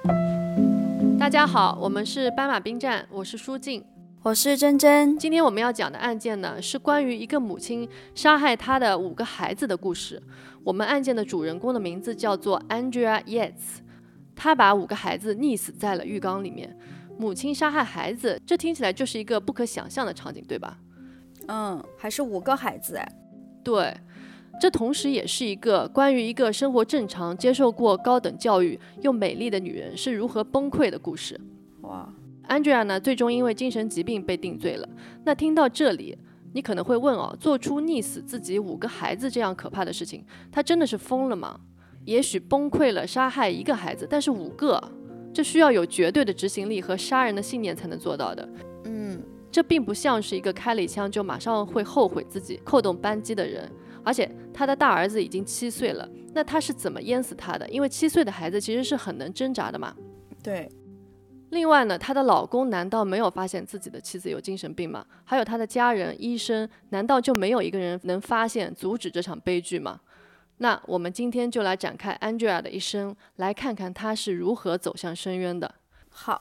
大家好，我们是斑马兵站，我是舒静， 我是珍珍。 今天我们要讲的案件呢，是关于一个母亲杀害她的5个孩子的故事。我们案件的主人公的名字叫做 Andrea Yates， 她把5个孩子溺死在了浴缸里面。母亲杀害孩子，这听起来就是一个不可想象的场景，对吧？ 还是5个孩子哎。 对，这同时也是一个关于一个生活正常、接受过高等教育又美丽的女人是如何崩溃的故事。 哇 ，Andrea 呢，最终因为精神疾病被定罪了。那听到这里，你可能会问做出溺死自己5个孩子这样可怕的事情，她真的是疯了吗？也许崩溃了，杀害1个孩子，但是5个，这需要有绝对的执行力和杀人的信念才能做到的。这并不像是一个开了一枪就马上会后悔自己扣动扳机的人。而且他的大儿子已经7岁了，那他是怎么淹死他的？因为7岁的孩子其实是很能挣扎的嘛。 对。 另外呢，她的老公难道没有发现自己的妻子有精神病吗？还有她的家人、医生，难道就没有一个人能发现、阻止这场悲剧吗？那我们今天就来展开 Andrea 的一生，来看看她是如何走向深渊的。 好。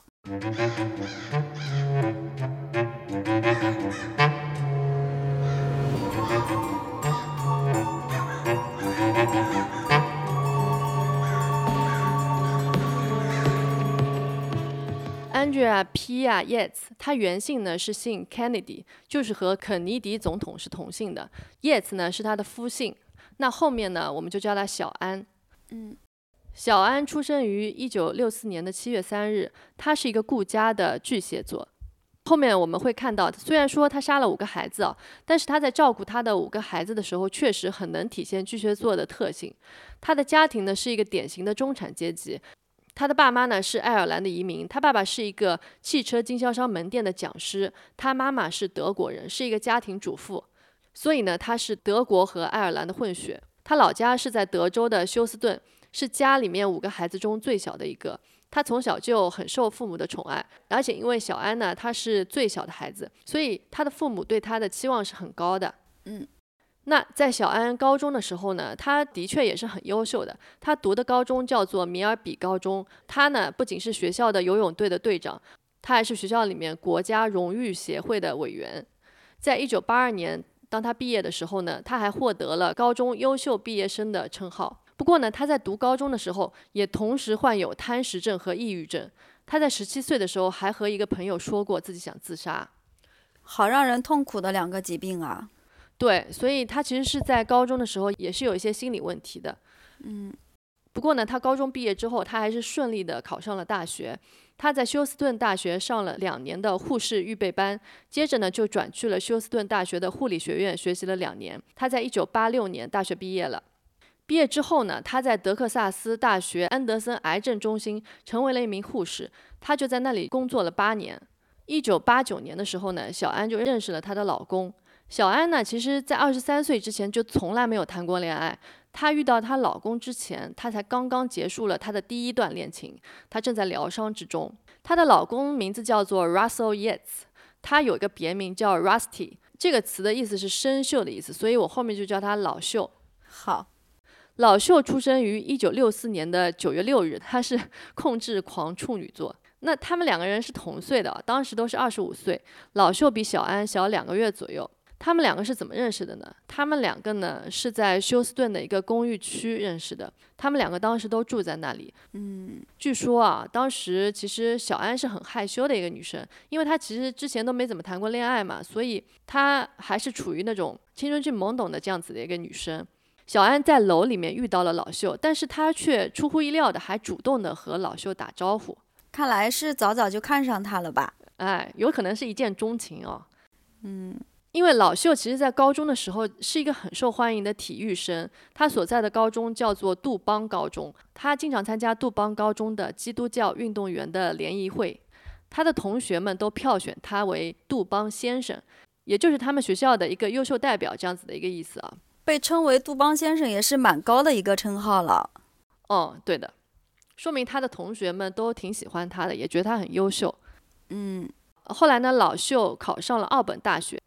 Andrea Pia Yates， 她原姓呢是姓 Kennedy， 就是和肯尼迪总统是同姓的。Yates 呢是她的夫姓，那后面呢我们就叫她小安。小安出生于1964年的7月3日，她是一个顾家的巨蟹座。后面我们会看到，虽然说她杀了5个孩子但是她在照顾她的5个孩子的时候，确实很能体现巨蟹座的特性。她的家庭呢是一个典型的中产阶级。他的爸妈呢是爱尔兰的移民，他爸爸是一个汽车经销商门店的讲师，他妈妈是德国人，是一个家庭主妇，所以呢他是德国和爱尔兰的混血。他老家是在德州的休斯顿，是家里面5个孩子中最小的一个。他从小就很受父母的宠爱，而且因为小安呢他是最小的孩子，所以他的父母对他的期望是很高的。那在小安高中的时候呢，他的确也是很优秀的。他读的高中叫做米尔比高中，他呢不仅是学校的游泳队的队长，他还是学校里面国家荣誉协会的委员。在1982年，当他毕业的时候呢，他还获得了高中优秀毕业生的称号。不过呢，他在读高中的时候，也同时患有贪食症和抑郁症。他在17岁的时候，还和一个朋友说过自己想自杀。 好让人痛苦的2个疾病啊。 对，所以他其实是在高中的时候也是有一些心理问题的。不过呢，他高中毕业之后，他还是顺利的考上了大学。他在休斯顿大学上了2年的护士预备班，接着呢就转去了休斯顿大学的护理学院学习了2年。他在1986年大学毕业了。毕业之后呢，他在德克萨斯大学安德森癌症中心成为了一名护士，他就在那里工作了8年。1989年的时候呢，小安就认识了她的老公。小安呢，其实在23岁之前就从来没有谈过恋爱。她遇到她老公之前，她才刚刚结束了她的第1段恋情，她正在疗伤之中。她的老公名字叫做 Russell Yates， 他有一个别名叫 Rusty， 这个词的意思是生锈的意思，所以我后面就叫他老秀。 好。 老秀出生于1964年的9月6日，他是控制狂处女座。那他们2个人是同岁的，当时都是25岁，老秀比小安小2个月左右。他们2个是怎么认识的呢？他们2个呢是在休斯顿的一个公寓区认识的，他们2个当时都住在那里。据说当时其实小安是很害羞的一个女生，因为她其实之前都没怎么谈过恋爱嘛，所以她还是处于那种青春期懵懂的这样子的一个女生。小安在楼里面遇到了老秀，但是她却出乎意料的还主动的和老秀打招呼。 看来是早早就看上他了吧？ 有可能是一见钟情因为老秀其实在高中的时候是一个很受欢迎的体育生，他所在的高中叫做杜邦高中，他经常参加杜邦高中的基督教运动员的联谊会，他的同学们都票选他为杜邦先生，也就是他们学校的一个优秀代表这样子的一个意思被称为杜邦先生也是蛮高的一个称号了。 对的，说明他的同学们都挺喜欢他的，也觉得他很优秀。后来呢，老秀考上了奥本大学，他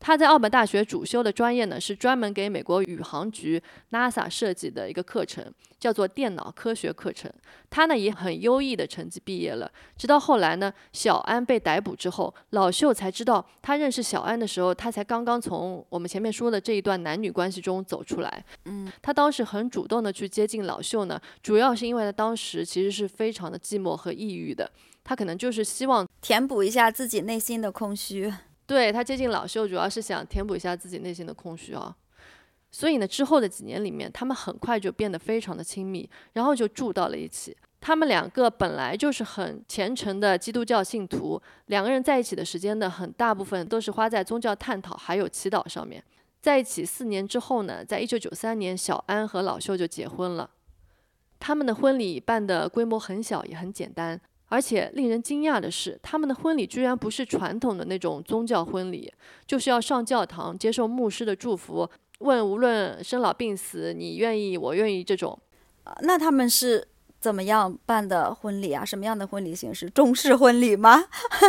他在奥本大学主修的专业呢，是专门给美国宇航局 NASA 设计的一个课程，叫做电脑科学课程。他呢也很优异的成绩毕业了。直到后来呢，小安被逮捕之后，老秀才知道，他认识小安的时候，他才刚刚从我们前面说的这一段男女关系中走出来。他当时很主动的去接近老秀呢，主要是因为他当时其实是非常的寂寞和抑郁的，他可能就是希望填补一下自己内心的空虚。 对，他接近老秀主要是想填补一下自己内心的空虚啊。所以呢，之后的几年里面，他们很快就变得非常的亲密，然后就住到了一起。他们两个本来就是很虔诚的基督教信徒，两个人在一起的时间呢，很大部分都是花在宗教探讨还有祈祷上面。在一起4年之后呢，在1993年，小安和老秀就结婚了。他们的婚礼办的规模很小，也很简单。而且令人惊讶的是，他们的婚礼居然不是传统的那种宗教婚礼，就是要上教堂接受牧师的祝福，问无论生老病死，你愿意我愿意这种。 那他们是怎么样办的婚礼啊？什么样的婚礼形式？中式婚礼吗？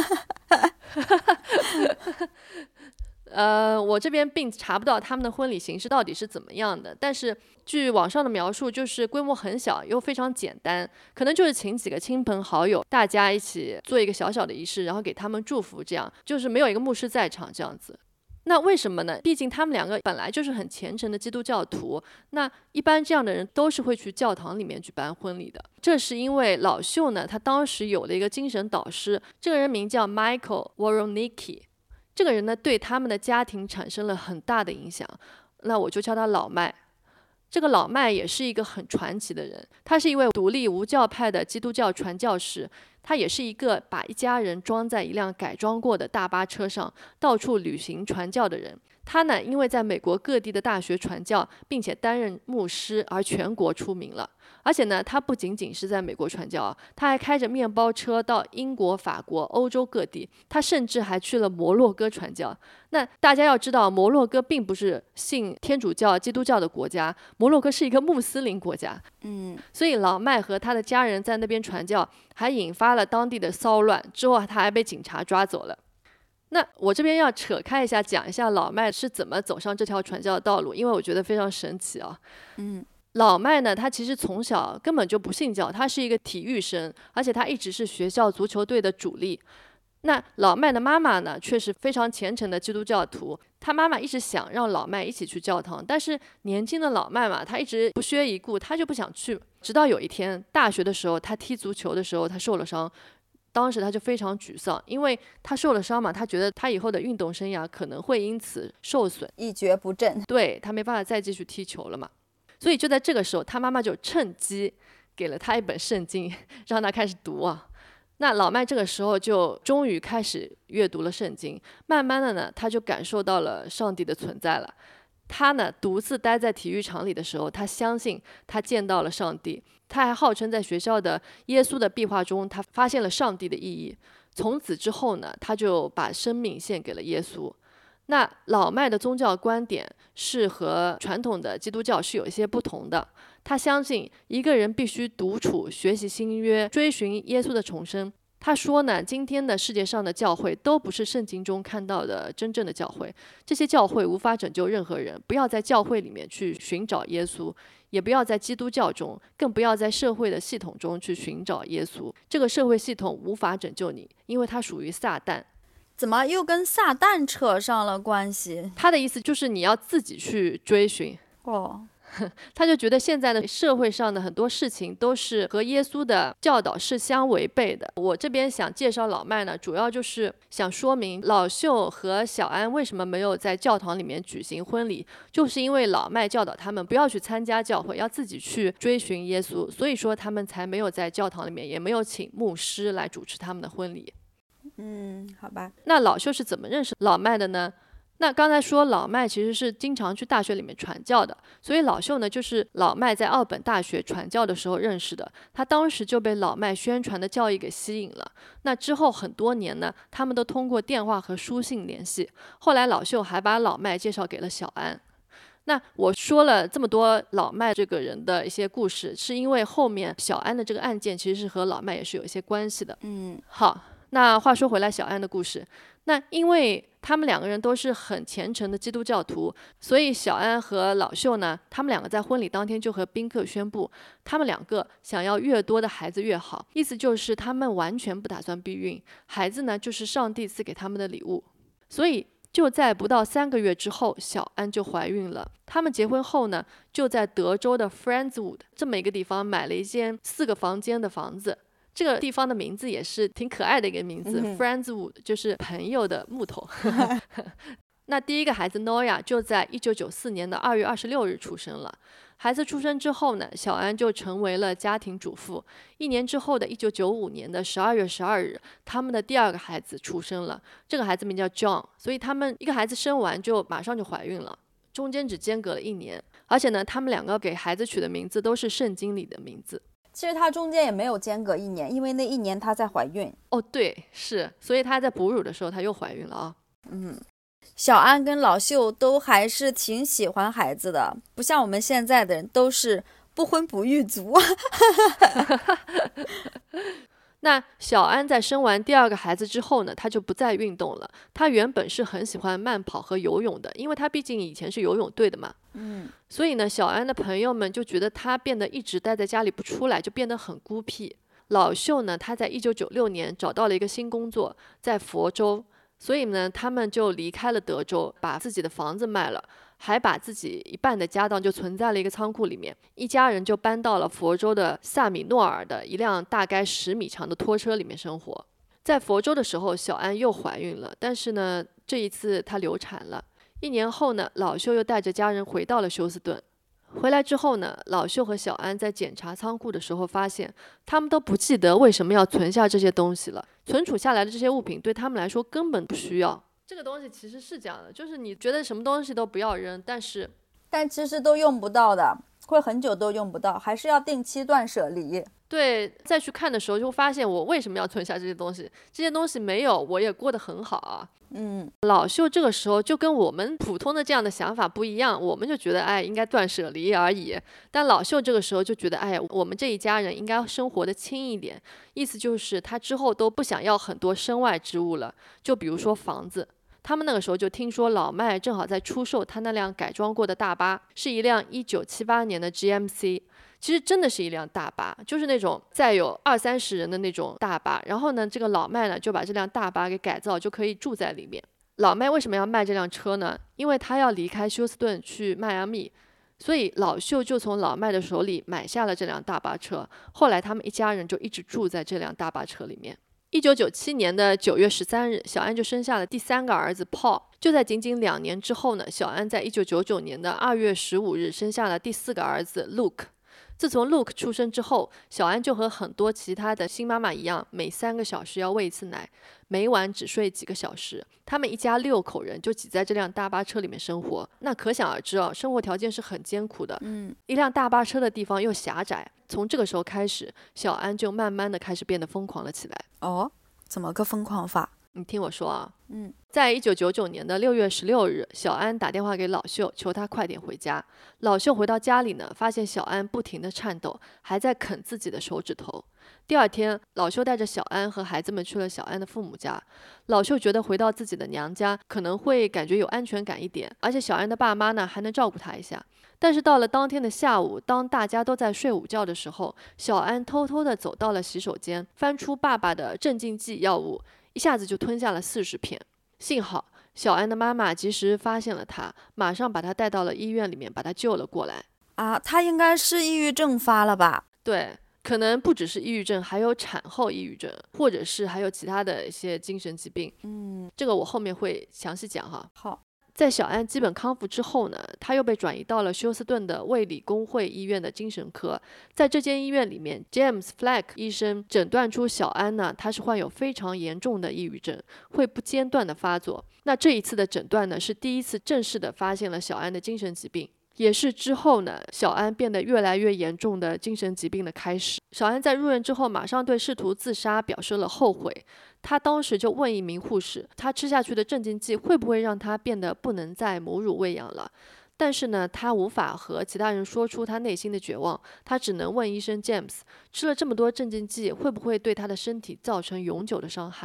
我这边并查不到他们的婚礼形式到底是怎么样的，但是据网上的描述，就是规模很小又非常简单，可能就是请几个亲朋好友，大家一起做一个小小的仪式，然后给他们祝福，这样就是没有一个牧师在场这样子。那为什么呢？毕竟他们两个本来就是很虔诚的基督教徒，那一般这样的人都是会去教堂里面举办婚礼的。这是因为老秀呢，他当时有了一个精神导师，这个人名叫 Michael Woronicki。这个人呢，对他们的家庭产生了很大的影响，那我就叫他老麦。这个老麦也是一个很传奇的人，他是一位独立无教派的基督教传教士，他也是一个把一家人装在一辆改装过的大巴车上，到处旅行传教的人。他呢，因为在美国各地的大学传教，并且担任牧师，而全国出名了。而且呢，他不仅仅是在美国传教，他还开着面包车到英国、法国、欧洲各地，他甚至还去了摩洛哥传教。那大家要知道，摩洛哥并不是信天主教、基督教的国家，摩洛哥是一个穆斯林国家。所以老麦和他的家人在那边传教，还引发了当地的骚乱，之后他还被警察抓走了。那我这边要扯开一下，讲一下老麦是怎么走上这条传教的道路，因为我觉得非常神奇啊。老麦呢，他其实从小根本就不信教，他是一个体育生，而且他一直是学校足球队的主力。那老麦的妈妈呢，却是非常虔诚的基督教徒，他妈妈一直想让老麦一起去教堂，但是年轻的老麦嘛，他一直不屑一顾，他就不想去。直到有一天，大学的时候，他踢足球的时候，他受了伤。当时他就非常沮丧，因为他受了伤嘛，他觉得他以后的运动生涯可能会因此受损， 一蹶不振。 对，他没办法再继续踢球了嘛。所以就在这个时候，他妈妈就趁机给了他一本圣经，让他开始读啊。那老麦这个时候就终于开始阅读了圣经，慢慢的呢，他就感受到了上帝的存在了。他呢，独自待在体育场里的时候，他相信他见到了上帝。他还号称在学校的耶稣的壁画中，他发现了上帝的意义。从此之后呢，他就把生命献给了耶稣。那老麦的宗教观点是和传统的基督教是有一些不同的。他相信一个人必须独处，学习新约，追寻耶稣的重生。他说呢，今天的世界上的教会都不是圣经中看到的真正的教会，这些教会无法拯救任何人，不要在教会里面去寻找耶稣，也不要在基督教中，更不要在社会的系统中去寻找耶稣。这个社会系统无法拯救你，因为它属于撒旦。 怎么又跟撒旦扯上了关系？ 他的意思就是你要自己去追寻。他就觉得现在的社会上的很多事情都是和耶稣的教导是相违背的。我这边想介绍老麦呢，主要就是想说明老秀和小安为什么没有在教堂里面举行婚礼，就是因为老麦教导他们不要去参加教会，要自己去追寻耶稣，所以说他们才没有在教堂里面，也没有请牧师来主持他们的婚礼。 好吧。 那老秀是怎么认识老麦的呢？那刚才说老麦其实是经常去大学里面传教的，所以老秀呢就是老麦在奥本大学传教的时候认识的，他当时就被老麦宣传的教义给吸引了。那之后很多年呢，他们都通过电话和书信联系，后来老秀还把老麦介绍给了小安。那我说了这么多老麦这个人的一些故事，是因为后面小安的这个案件其实是和老麦也是有一些关系的。好，那话说回来，小安的故事，那因为他们两个人都是很虔诚的基督教徒，所以小安和老秀呢，他们两个在婚礼当天就和宾客宣布，他们两个想要越多的孩子越好，意思就是他们完全不打算避孕，孩子呢就是上帝赐给他们的礼物。所以就在不到3个月之后，小安就怀孕了。他们结婚后呢，就在德州的 Friendswood 这么一个地方买了一间4个房间的房子。这个地方的名字也是挺可爱的一个名字，Friendswood 就是朋友的木头。那第一个孩子 Noya 就在1994年的2月26日出生了。孩子出生之后呢，小安就成为了家庭主妇。1年之后的1995年的12月12日，他们的第2个孩子出生了。这个孩子名叫 John， 所以他们一个孩子生完就马上就怀孕了，中间只间隔了1年。而且呢，他们两个给孩子取的名字都是圣经里的名字。 其实她中间也没有间隔1年，因为那1年她在怀孕。 哦，对，是，所以她在哺乳的时候她又怀孕了啊。 小安跟老秀都还是挺喜欢孩子的，不像我们现在的人都是不婚不育族。 那小安在生完第2个孩子之后呢，她就不再运动了。她原本是很喜欢慢跑和游泳的，因为她毕竟以前是游泳队的嘛。所以呢，小安的朋友们就觉得她变得一直待在家里不出来，就变得很孤僻。老秀呢，他在1996年找到了一个新工作，在佛州，所以呢，他们就离开了德州，把自己的房子卖了，还把自己一半的家当就存在了一个仓库里面。一家人就搬到了佛州的萨米诺尔的一辆大概10米长的拖车里面生活。在佛州的时候，小安又怀孕了，但是呢，这一次她流产了。1年后呢，老秀又带着家人回到了休斯顿。回来之后呢，老秀和小安在检查仓库的时候发现，他们都不记得为什么要存下这些东西了。存储下来的这些物品对他们来说根本不需要。这个东西其实是这样的，就是你觉得什么东西都不要扔，但其实都用不到的，会很久都用不到，还是要定期断舍离。 对，再去看的时候就会发现我为什么要存下这些东西，这些东西没有我也过得很好啊。老秀这个时候就跟我们普通的这样的想法不一样，我们就觉得应该断舍离而已，但老秀这个时候就觉得我们这一家人应该生活的轻一点，意思就是他之后都不想要很多身外之物了，就比如说房子。他们那个时候就听说老麦正好在出售他那辆改装过的大巴，是一辆1978年的 GMC， 其实真的是一辆大巴，就是那种载有20-30人的那种大巴。然后呢，这个老麦呢就把这辆大巴给改造，就可以住在里面。老麦为什么要卖这辆车呢？因为他要离开休斯顿去迈阿密，所以老秀就从老麦的手里买下了这辆大巴车。后来他们一家人就一直住在这辆大巴车里面。1997年的9月13日，小安就生下了第3个儿子 Paul。就在仅仅2年之后呢，小安在1999年的2月15日生下了第4个儿子 Luke。自从 Luke 出生之后，小安就和很多其他的新妈妈一样，每3个小时要喂一次奶，每晚只睡几个小时。他们一家6口人就挤在这辆大巴车里面生活，那可想而知啊，生活条件是很艰苦的。一辆大巴车的地方又狭窄，从这个时候开始，小安就慢慢的开始变得疯狂了起来。 哦，怎么个疯狂法？ 你听我说啊，在1999年的6月16日，小安打电话给老秀，求他快点回家。老秀回到家里呢，发现小安不停地颤抖，还在啃自己的手指头。第2天，老秀带着小安和孩子们去了小安的父母家。老秀觉得回到自己的娘家可能会感觉有安全感一点，而且小安的爸妈呢还能照顾他一下。但是到了当天的下午，当大家都在睡午觉的时候，小安偷偷地走到了洗手间，翻出爸爸的镇静剂药物，一下子就吞下了40片。幸好小安的妈妈及时发现了他，马上把他带到了医院里面，把他救了过来。 他应该是抑郁症发了吧？ 对，可能不只是抑郁症，还有产后抑郁症，或者是还有其他的一些精神疾病。这个我后面会详细讲哈。 好。 在小安基本康复之后呢，他又被转移到了休斯顿的卫理公会医院的精神科。在这间医院里面 ，James Fleck 医生诊断出小安呢，他是患有非常严重的抑郁症，会不间断的发作。那这一次的诊断呢，是第一次正式的发现了小安的精神疾病，也是之后呢，小安变得越来越严重的精神疾病的开始。小安在入院之后，马上对试图自杀表示了后悔。他当时就问一名护士，他吃下去的镇静剂会不会让他变得不能再母乳喂养了？但是呢，他无法和其他人说出他内心的绝望，他只能问医生 James， 吃了这么多镇静剂会不会对他的身体造成永久的伤害？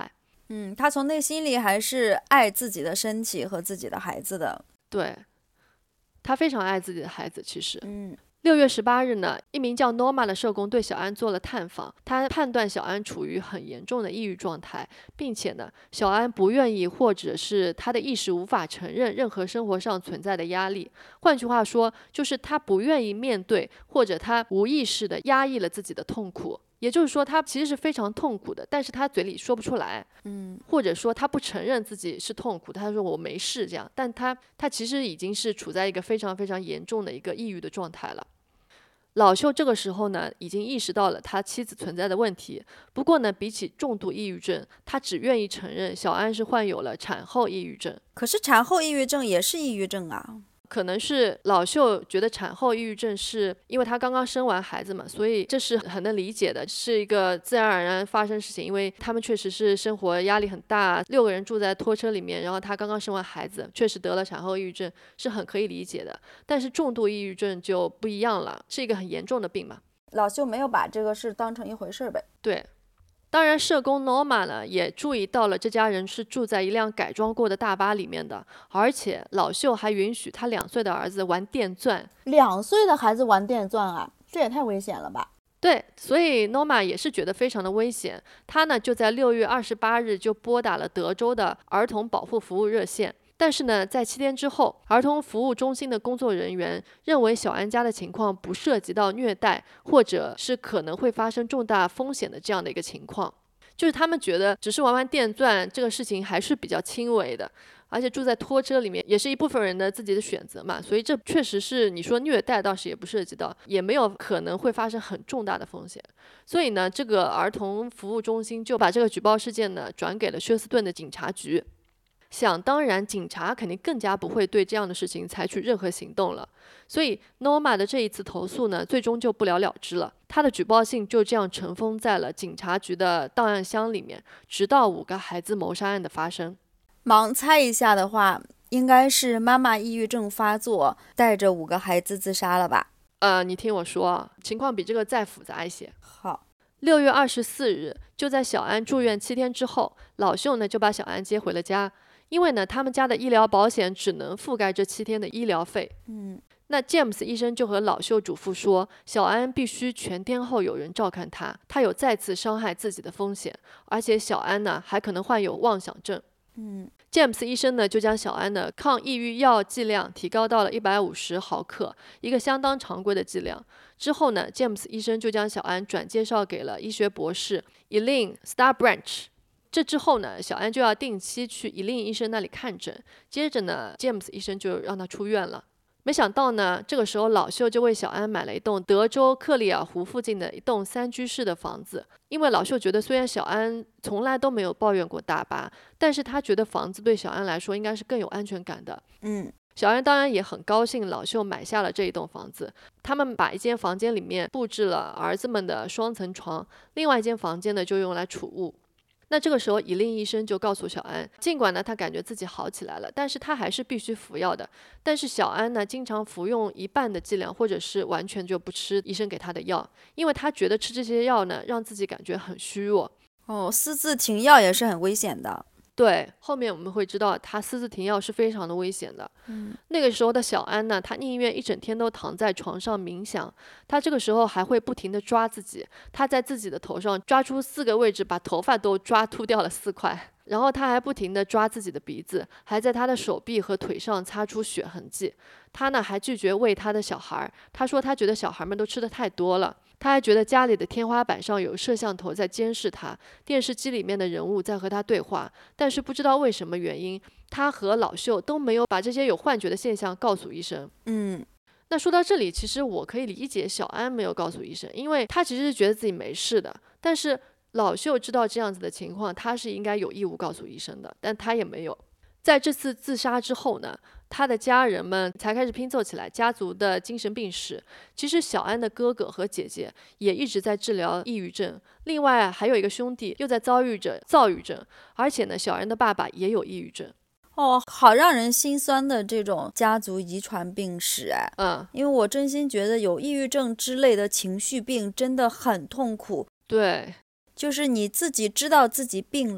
他从内心里还是爱自己的身体和自己的孩子的。 对，他非常爱自己的孩子。其实6月18日呢，一名叫 Norma 的社工对小安做了探访，他判断小安处于很严重的抑郁状态，并且呢，小安不愿意或者是他的意识无法承认任何生活上存在的压力。换句话说，就是他不愿意面对，或者他无意识的压抑了自己的痛苦。也就是说，他其实是非常痛苦的，但是他嘴里说不出来，或者说他不承认自己是痛苦，他说我没事这样，但他其实已经是处在一个非常非常严重的一个抑郁的状态了。老秀这个时候呢，已经意识到了他妻子存在的问题，不过呢，比起重度抑郁症，他只愿意承认小安是患有了产后抑郁症。 可是产后抑郁症也是抑郁症啊。 可能是老秀觉得产后抑郁症是因为她刚刚生完孩子嘛，所以这是很能理解的，是一个自然而然发生事情。因为他们确实是生活压力很大，6个人住在拖车里面，然后她刚刚生完孩子，确实得了产后抑郁症，是很可以理解的。但是重度抑郁症就不一样了，是一个很严重的病嘛。 老秀没有把这个事当成一回事呗。 对。当然，社工 Norma 呢也注意到了这家人是住在一辆改装过的大巴里面的，而且老秀还允许他2岁的儿子玩电钻。 2岁的孩子玩电钻啊，这也太危险了吧？ 对，所以 Norma 也是觉得非常的危险。他呢就在6月28日就拨打了德州的儿童保护服务热线。但是呢，在7天之后，儿童服务中心的工作人员认为小安家的情况不涉及到虐待，或者是可能会发生重大风险的这样的一个情况。就是他们觉得只是玩玩电钻这个事情还是比较轻微的，而且住在拖车里面也是一部分人的自己的选择嘛，所以这确实是你说虐待倒是也不涉及到，也没有可能会发生很重大的风险。所以呢，这个儿童服务中心就把这个举报事件呢转给了休斯顿的警察局。想当然，警察肯定更加不会对这样的事情采取任何行动了。所以 Norma 的这一次投诉呢，最终就不了了之了。他的举报信就这样尘封在了警察局的档案箱里面，直到5个孩子谋杀案的发生。 盲猜一下的话，应该是妈妈抑郁症发作，带着5个孩子自杀了吧？ 你听我说，情况比这个再复杂一些。 好 ，6月24日，就在小安住院7天之后，老秀呢就把小安接回了家。因为呢，他们家的医疗保险只能覆盖这7天的医疗费。那 James 医生就和老秀嘱咐说，小安必须全天候有人照看他，他有再次伤害自己的风险，而且小安呢还可能患有妄想症。James 医生呢就将小安的抗抑郁药剂量提高到了150毫克，一个相当常规的剂量。之后呢 ，James 医生就将小安转介绍给了医学博士 Elaine Starbranch。这之后呢，小安就要定期去Elaine医生那里看诊。接着呢 ，James 医生就让他出院了。没想到呢，这个时候老秀就为小安买了一栋德州克里尔湖附近的一栋3居室的房子。因为老秀觉得，虽然小安从来都没有抱怨过大巴，但是他觉得房子对小安来说应该是更有安全感的。小安当然也很高兴老秀买下了这一栋房子。他们把一间房间里面布置了儿子们的双层床，另外一间房间呢就用来储物。那这个时候Elaine医生就告诉小安，尽管呢他感觉自己好起来了，但是他还是必须服药的。但是小安呢经常服用一半的剂量，或者是完全就不吃医生给他的药，因为他觉得吃这些药呢让自己感觉很虚弱。 私自停药也是很危险的。 对，后面我们会知道他私自停药是非常的危险的。那个时候的小安呢，他宁愿一整天都躺在床上冥想，他这个时候还会不停地抓自己，他在自己的头上抓出4个位置，把头发都抓秃掉了4块。然后他还不停地抓自己的鼻子，还在他的手臂和腿上擦出血痕迹。他呢还拒绝喂他的小孩，他说他觉得小孩们都吃得太多了。他还觉得家里的天花板上有摄像头在监视他，电视机里面的人物在和他对话，但是不知道为什么原因，他和老秀都没有把这些有幻觉的现象告诉医生。那说到这里，其实我可以理解小安没有告诉医生，因为他其实是觉得自己没事的，但是老秀知道这样子的情况，他是应该有义务告诉医生的，但他也没有。在这次自杀之后呢，他的家人们才开始拼凑起来家族的精神病史。其实小安的哥哥和姐姐也一直在治疗抑郁症，另外还有一个兄弟又在遭遇着躁郁症，而且呢，小安的爸爸也有抑郁症。 好让人心酸的这种家族遗传病史因为我真心觉得有抑郁症之类的情绪病真的很痛苦。 对， 就是你自己知道自己病了，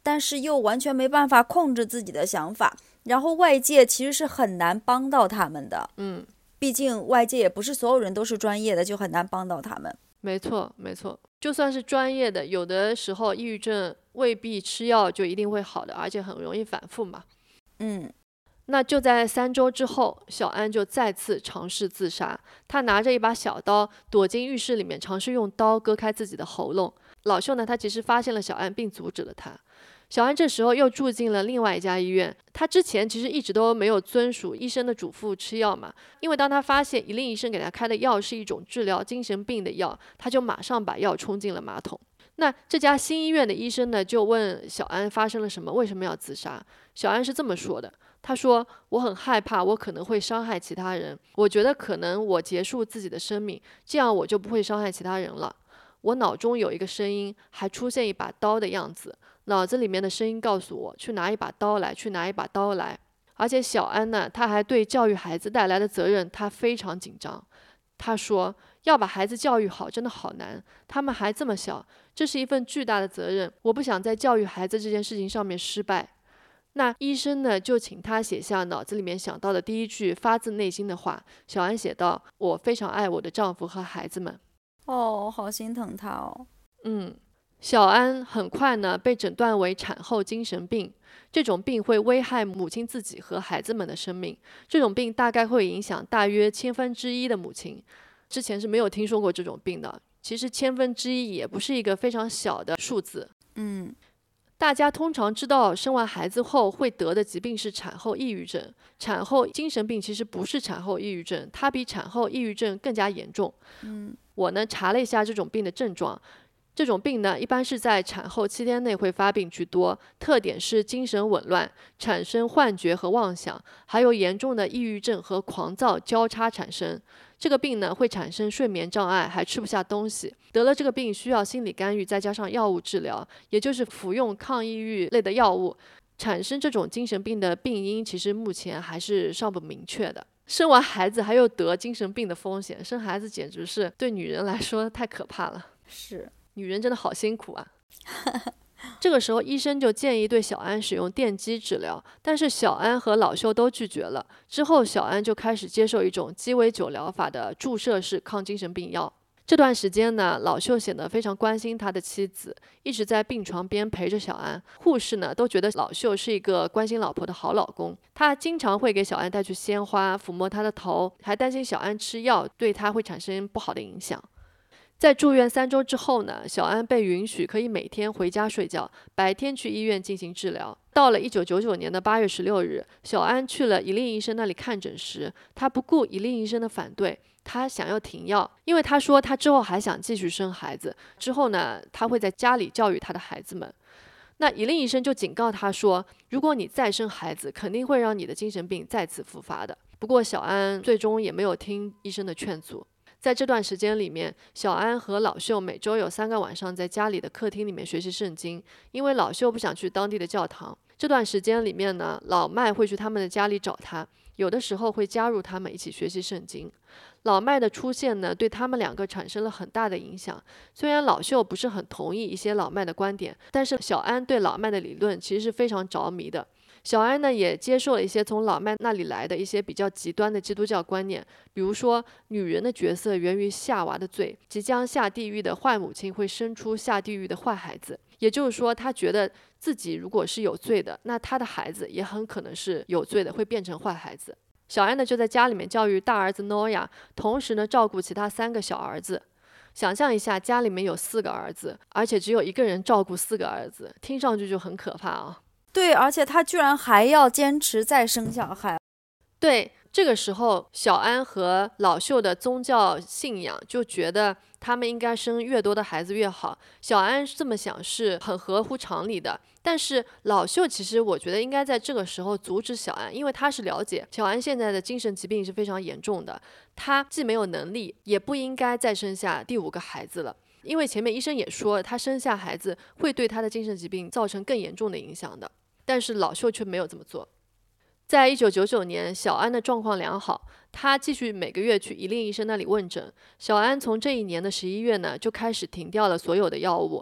但是又完全没办法控制自己的想法，然后外界其实是很难帮到他们的。毕竟外界也不是所有人都是专业的，就很难帮到他们。 没错，没错，就算是专业的，有的时候抑郁症未必吃药就一定会好的，而且很容易反复嘛。那就在3周之后，小安就再次尝试自杀。他拿着一把小刀躲进浴室里面，尝试用刀割开自己的喉咙。老秀呢，他其实发现了小安，并阻止了他。小安这时候又住进了另外一家医院。他之前其实一直都没有遵属医生的嘱咐吃药嘛，因为当他发现一令医生给他开的药是一种治疗精神病的药，他就马上把药冲进了马桶。那这家新医院的医生呢，就问小安发生了什么，为什么要自杀？小安是这么说的，他说：“我很害怕，我可能会伤害其他人。我觉得可能我结束自己的生命，这样我就不会伤害其他人了。我脑中有一个声音，还出现一把刀的样子。脑子里面的声音告诉我，去拿一把刀来，去拿一把刀来。而且小安呢，他还对教育孩子带来的责任，他非常紧张。他说，要把孩子教育好真的好难，他们还这么小，这是一份巨大的责任，我不想在教育孩子这件事情上面失败。”那医生呢，就请他写下脑子里面想到的第一句发自内心的话。小安写道：“我非常爱我的丈夫和孩子们。” 好心疼他哦。 小安很快呢被诊断为产后精神病，这种病会危害母亲自己和孩子们的生命。这种病大概会影响大约1/1000的母亲。之前是没有听说过这种病的，其实1/1000也不是一个非常小的数字。大家通常知道生完孩子后会得的疾病是产后抑郁症，产后精神病其实不是产后抑郁症，它比产后抑郁症更加严重。我呢查了一下这种病的症状，这种病呢一般是在产后7天内会发病居多，特点是精神紊乱，产生幻觉和妄想，还有严重的抑郁症和狂躁交叉产生。这个病呢会产生睡眠障碍，还吃不下东西。得了这个病需要心理干预，再加上药物治疗，也就是服用抗抑郁类的药物。产生这种精神病的病因其实目前还是尚不明确的。生完孩子还有得精神病的风险，生孩子简直是对女人来说太可怕了。 是， 女人真的好辛苦啊。这个时候医生就建议对小安使用电击治疗，但是小安和老秀都拒绝了。之后小安就开始接受一种鸡尾酒疗法的注射式抗精神病药。这段时间呢，老秀显得非常关心他的妻子，一直在病床边陪着小安。护士呢都觉得老秀是一个关心老婆的好老公，他经常会给小安带去鲜花，抚摸她的头，还担心小安吃药对他会产生不好的影响。在住院3周之后呢，小安被允许可以每天回家睡觉，白天去医院进行治疗。到了1999年的8月16日，小安去了一令医生那里看诊时，他不顾一令医生的反对，他想要停药，因为他说他之后还想继续生孩子，之后呢，他会在家里教育他的孩子们。那一令医生就警告他说，如果你再生孩子，肯定会让你的精神病再次复发的。不过小安最终也没有听医生的劝阻。在这段时间里面，小安和老秀每周有3个晚上在家里的客厅里面学习圣经，因为老秀不想去当地的教堂。这段时间里面呢，老麦会去他们的家里找他，有的时候会加入他们一起学习圣经。老麦的出现呢，对他们2个产生了很大的影响。虽然老秀不是很同意一些老麦的观点，但是小安对老麦的理论其实是非常着迷的。小安呢也接受了一些从老麦那里来的一些比较极端的基督教观念，比如说女人的角色源于夏娃的罪，即将下地狱的坏母亲会生出下地狱的坏孩子。也就是说，他觉得自己如果是有罪的，那他的孩子也很可能是有罪的，会变成坏孩子。小安呢就在家里面教育大儿子诺亚，同时呢照顾其他3个小儿子。想象一下，家里面有4个儿子，而且只有1个人照顾4个儿子，听上去就很可怕啊。 对，而且他居然还要坚持再生小孩。 对，这个时候小安和老秀的宗教信仰就觉得他们应该生越多的孩子越好。小安这么想是很合乎常理的，但是老秀其实我觉得应该在这个时候阻止小安，因为他是了解小安现在的精神疾病是非常严重的，他既没有能力，也不应该再生下第5个孩子了。因为前面医生也说，他生下孩子会对他的精神疾病造成更严重的影响的。但是老秀却没有这么做。在1999年，小安的状况良好，他继续每个月去一令医生那里问诊。小安从这一年的11月呢，就开始停掉了所有的药物。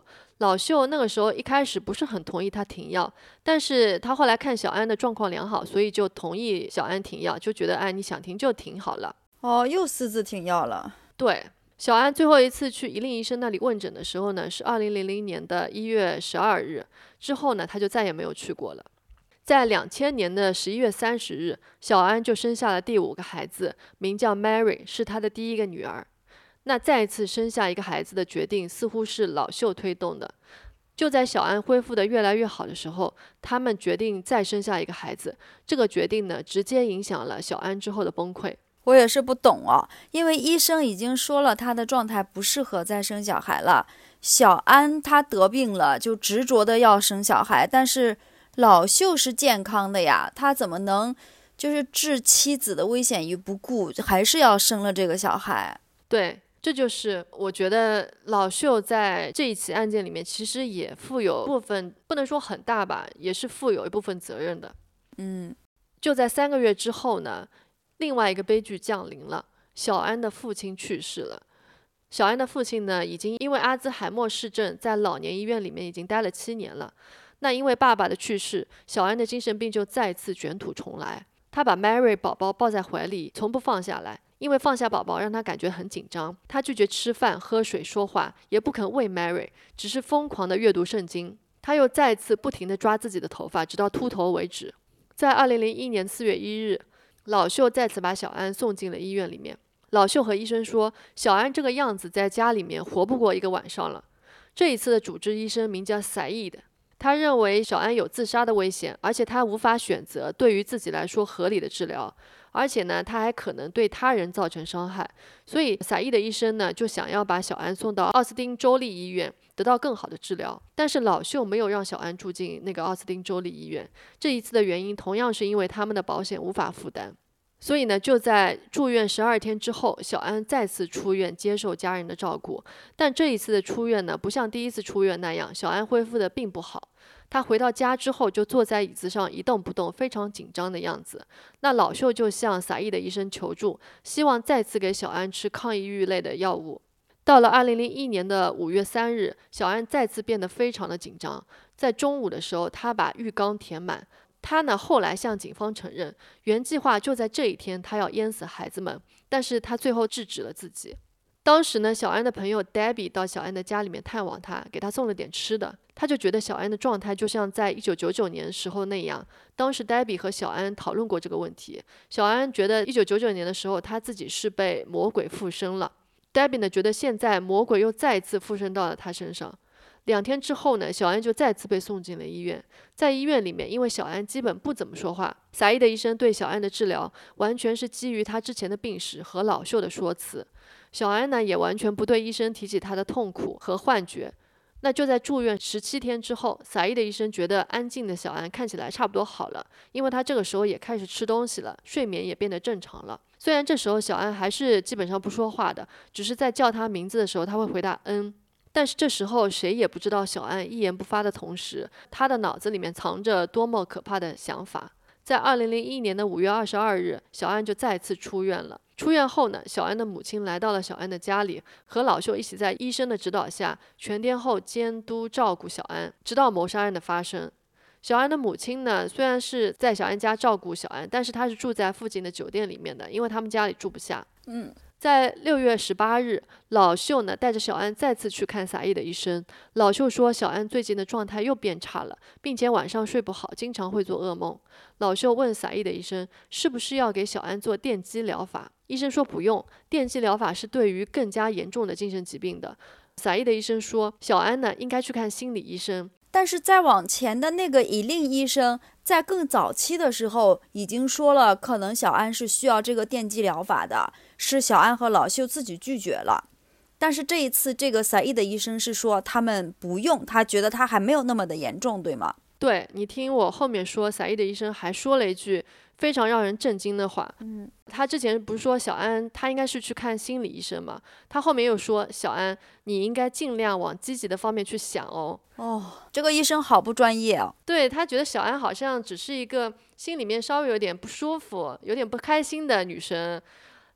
老秀那个时候一开始不是很同意他停药，但是他后来看小安的状况良好，所以就同意小安停药，就觉得你想停就停好了。 又私自停药了。 对，小安最后一次去一令医生那里问诊的时候呢，是2000年的1月12日，之后呢他就再也没有去过了。在2000年的11月30日，小安就生下了第5个孩子，名叫 Mary， 是他的第一个女儿。那再一次生下一个孩子的决定似乎是老秀推动的。就在小安恢复的越来越好的时候，他们决定再生下一个孩子。这个决定呢，直接影响了小安之后的崩溃。 我也是不懂因为医生已经说了他的状态不适合再生小孩了。小安他得病了，就执着的要生小孩，但是老秀是健康的呀，他怎么能就是置妻子的危险于不顾，还是要生了这个小孩？ 对，这就是我觉得老秀在这一起案件里面其实也负有部分，不能说很大吧，也是负有一部分责任的。就在3个月之后呢，另外一个悲剧降临了，小安的父亲去世了。小安的父亲呢，已经因为阿兹海默氏症在老年医院里面已经待了7年了。那因为爸爸的去世，小安的精神病就再次卷土重来。他把 Mary 宝宝抱在怀里，从不放下来。因为放下宝宝让他感觉很紧张，他拒绝吃饭、喝水、说话，也不肯喂 Mary， 只是疯狂地阅读圣经。他又再次不停地抓自己的头发，直到秃头为止。在2001年4月1日，老秀再次把小安送进了医院里面。老秀和医生说，小安这个样子在家里面活不过1个晚上了。这一次的主治医生名叫 Said， 他认为小安有自杀的危险，而且他无法选择对于自己来说合理的治疗，而且呢，他还可能对他人造成伤害。所以Said的医生呢，就想要把小安送到奥斯汀州立医院得到更好的治疗。但是老秀没有让小安住进那个奥斯汀州立医院，这一次的原因同样是因为他们的保险无法负担。所以呢，就在住院12天之后，小安再次出院接受家人的照顾。但这一次的出院呢，不像第一次出院那样，小安恢复的并不好。他回到家之后就坐在椅子上一动不动，非常紧张的样子。那老秀就向Said的医生求助，希望再次给小安吃抗抑郁类的药物。到了2001年的5月3日，小安再次变得非常的紧张。在中午的时候，他把浴缸填满。他呢后来向警方承认，原计划就在这一天他要淹死孩子们，但是他最后制止了自己。当时呢，小安的朋友 Debbie 到小安的家里面探望他，给他送了点吃的。他就觉得小安的状态就像在1999年时候那样。当时 Debbie 和小安讨论过这个问题。小安觉得1999年的时候他自己是被魔鬼附身了。Debbie 呢觉得现在魔鬼又再次附身到了他身上。2天之后呢，小安就再次被送进了医院。在医院里面，因为小安基本不怎么说话，Said的医生对小安的治疗完全是基于他之前的病史和老秀的说辞。小安呢也完全不对医生提起他的痛苦和幻觉。那就在住院17天之后，Said的医生觉得安静的小安看起来差不多好了，因为他这个时候也开始吃东西了，睡眠也变得正常了。虽然这时候小安还是基本上不说话的，只是在叫他名字的时候他会回答但是这时候谁也不知道小安一言不发的同时，他的脑子里面藏着多么可怕的想法。在2001年的5月22日，小安就再次出院了。出院后呢，小安的母亲来到了小安的家里，和老秀一起在医生的指导下全天候监督照顾小安，直到谋杀案的发生。小安的母亲呢，虽然是在小安家照顾小安，但是她是住在附近的酒店里面的，因为他们家里住不下。在6月18日，老秀呢带着小安再次去看Said的医生。老秀说，小安最近的状态又变差了，并且晚上睡不好，经常会做噩梦。老秀问Said的医生，是不是要给小安做电击疗法？医生说不用，电击疗法是对于更加严重的精神疾病的。Said的医生说，小安呢应该去看心理医生。 但是再往前的那个以令医生在更早期的时候已经说了，可能小安是需要这个电击疗法的，是小安和老秀自己拒绝了。但是这一次这个Said的医生是说他们不用，他觉得他还没有那么的严重，对吗？ 对，你听我后面说，Said的医生还说了一句非常让人震惊的话。他之前不是说小安他应该是去看心理医生吗？他后面又说，小安你应该尽量往积极的方面去想哦。 这个医生好不专业哦。 对，他觉得小安好像只是一个心里面稍微有点不舒服、有点不开心的女生。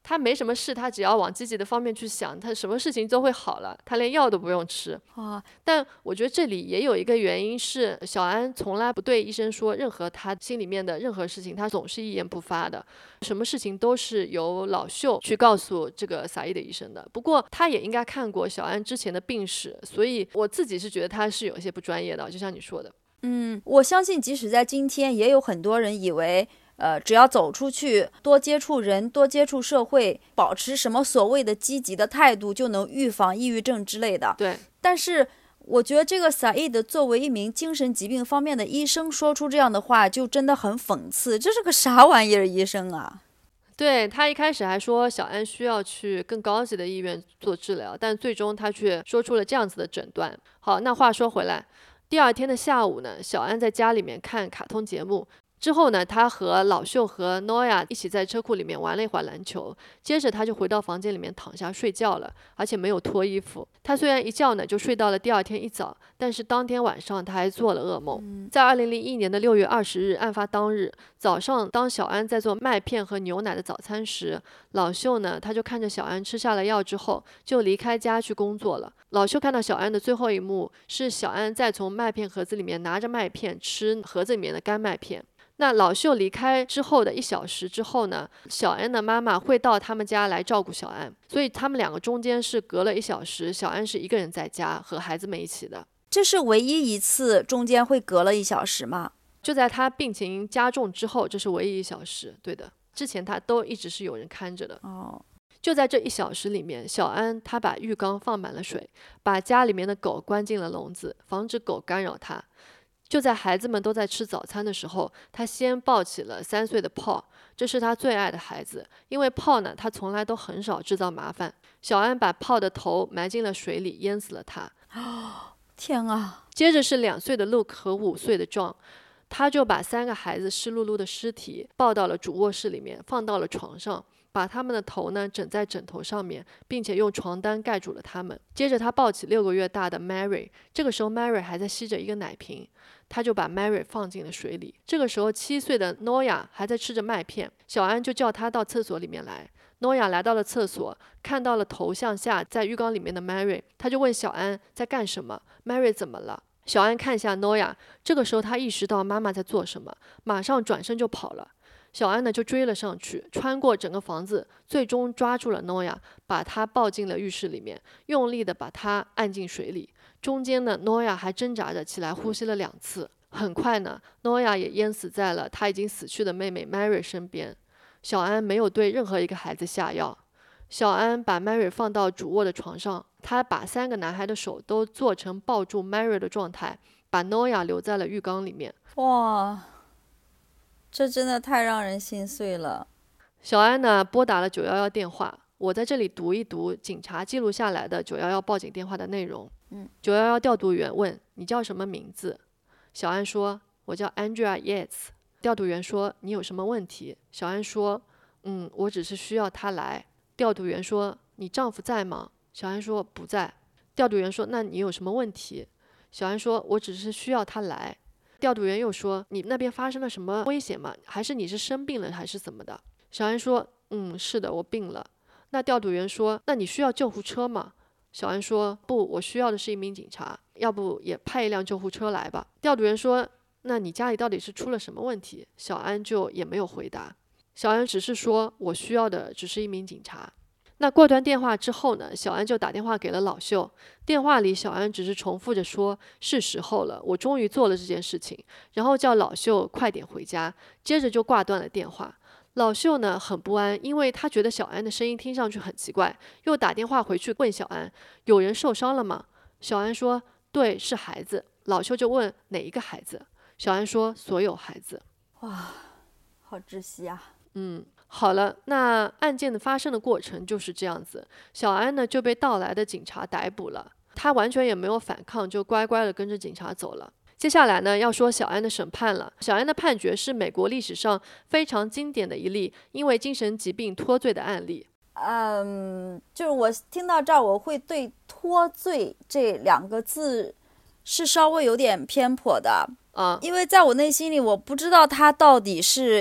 他没什么事，他只要往积极的方面去想，他什么事情都会好了，他连药都不用吃。但我觉得这里也有一个原因是，小安从来不对医生说任何他心里面的任何事情，他总是一言不发的，什么事情都是由老秀去告诉这个撒伊的医生的。不过他也应该看过小安之前的病史，所以我自己是觉得他是有一些不专业的，就像你说的。 我相信即使在今天，也有很多人以为只要走出去，多接触人，多接触社会，保持什么所谓的积极的态度，就能预防抑郁症之类的。 对， 但是我觉得这个 Said 作为一名精神疾病方面的医生，说出这样的话，就真的很讽刺。这是个啥玩意儿医生啊？ 对，他一开始还说小安需要去更高级的医院做治疗，但最终他却说出了这样子的诊断。好，那话说回来，第二天的下午呢，小安在家里面看卡通节目。之后呢，他和老秀和诺亚一起在车库里面玩了一会儿篮球，接着他就回到房间里面躺下睡觉了，而且没有脱衣服。他虽然一觉呢就睡到了第二天一早，但是当天晚上他还做了噩梦。在2001年的6月20日，案发当日早上，当小安在做麦片和牛奶的早餐时，老秀呢他就看着小安吃下了药之后，就离开家去工作了。老秀看到小安的最后一幕是小安在从麦片盒子里面拿着麦片吃盒子里面的干麦片。那老秀离开之后的1小时之后呢，小安的妈妈会到他们家来照顾小安，所以他们两个中间是隔了1小时，小安是一个人在家和孩子们一起的。 这是唯一一次中间会隔了1小时吗？ 就在他病情加重之后，这是唯一1小时，对的。之前他都一直是有人看着的。就在这1小时里面，小安他把浴缸放满了水，把家里面的狗关进了笼子，防止狗干扰他。就在孩子们都在吃早餐的时候，他先抱起了3岁的Paul，这是他最爱的孩子。因为Paul呢，他从来都很少制造麻烦。小安把Paul的头埋进了水里，淹死了他。 天啊！ 接着是2岁的Luke和5岁的John，他就把3个孩子湿漉漉的尸体抱到了主卧室里面，放到了床上，把他们的头呢枕在枕头上面，并且用床单盖住了他们。接着他抱起6个月大的 Mary， 这个时候 Mary 还在吸着一个奶瓶，他就把 Mary 放进了水里。这个时候7岁的 Noya 还在吃着麦片，小安就叫他到厕所里面来。Noya 来到了厕所，看到了头向下在浴缸里面的 Mary， 他就问小安在干什么， Mary 怎么了？小安看向 Noya， 这个时候他意识到妈妈在做什么，马上转身就跑了。小安呢就追了上去，穿过整个房子，最终抓住了诺亚，把他抱进了浴室里面，用力的把他按进水里。中间呢，诺亚还挣扎着起来呼吸了2次。很快呢，诺亚也淹死在了他已经死去的妹妹 Mary 身边。小安没有对任何一个孩子下药。小安把 Mary 放到主卧的床上，他把3个男孩的手都做成抱住 Mary 的状态，把诺亚留在了浴缸里面。 哇，这真的太让人心碎了。 小安呢拨打了911电话，我在这里读一读警察记录下来的911报警电话的内容。911调度员问你叫什么名字？小安说我叫 Andrea Yates。调度员说你有什么问题？小安说我只是需要他来。调度员说你丈夫在吗？小安说不在。调度员说那你有什么问题？小安说我只是需要他来。调度员又说你那边发生了什么危险吗？还是你是生病了还是怎么的？小安说是的，我病了。那调度员说那你需要救护车吗？小安说不，我需要的是一名警察，要不也派一辆救护车来吧。调度员说那你家里到底是出了什么问题？小安就也没有回答。小安只是说我需要的只是一名警察。那挂断电话之后呢，小安就打电话给了老秀。电话里小安只是重复着说是时候了，我终于做了这件事情，然后叫老秀快点回家，接着就挂断了电话。老秀呢很不安，因为他觉得小安的声音听上去很奇怪，又打电话回去问小安有人受伤了吗？小安说对，是孩子。老秀就问哪一个孩子？小安说所有孩子。 哇，好窒息啊。 好了，那案件的发生的过程就是这样子。小安呢就被到来的警察逮捕了，他完全也没有反抗，就乖乖的跟着警察走了。接下来呢要说小安的审判了。小安的判决是美国历史上非常经典的一例因为精神疾病脱罪的案例。 就是我听到这儿，我会对脱罪这2个字是稍微有点偏颇的。因为在我内心里，我不知道他到底是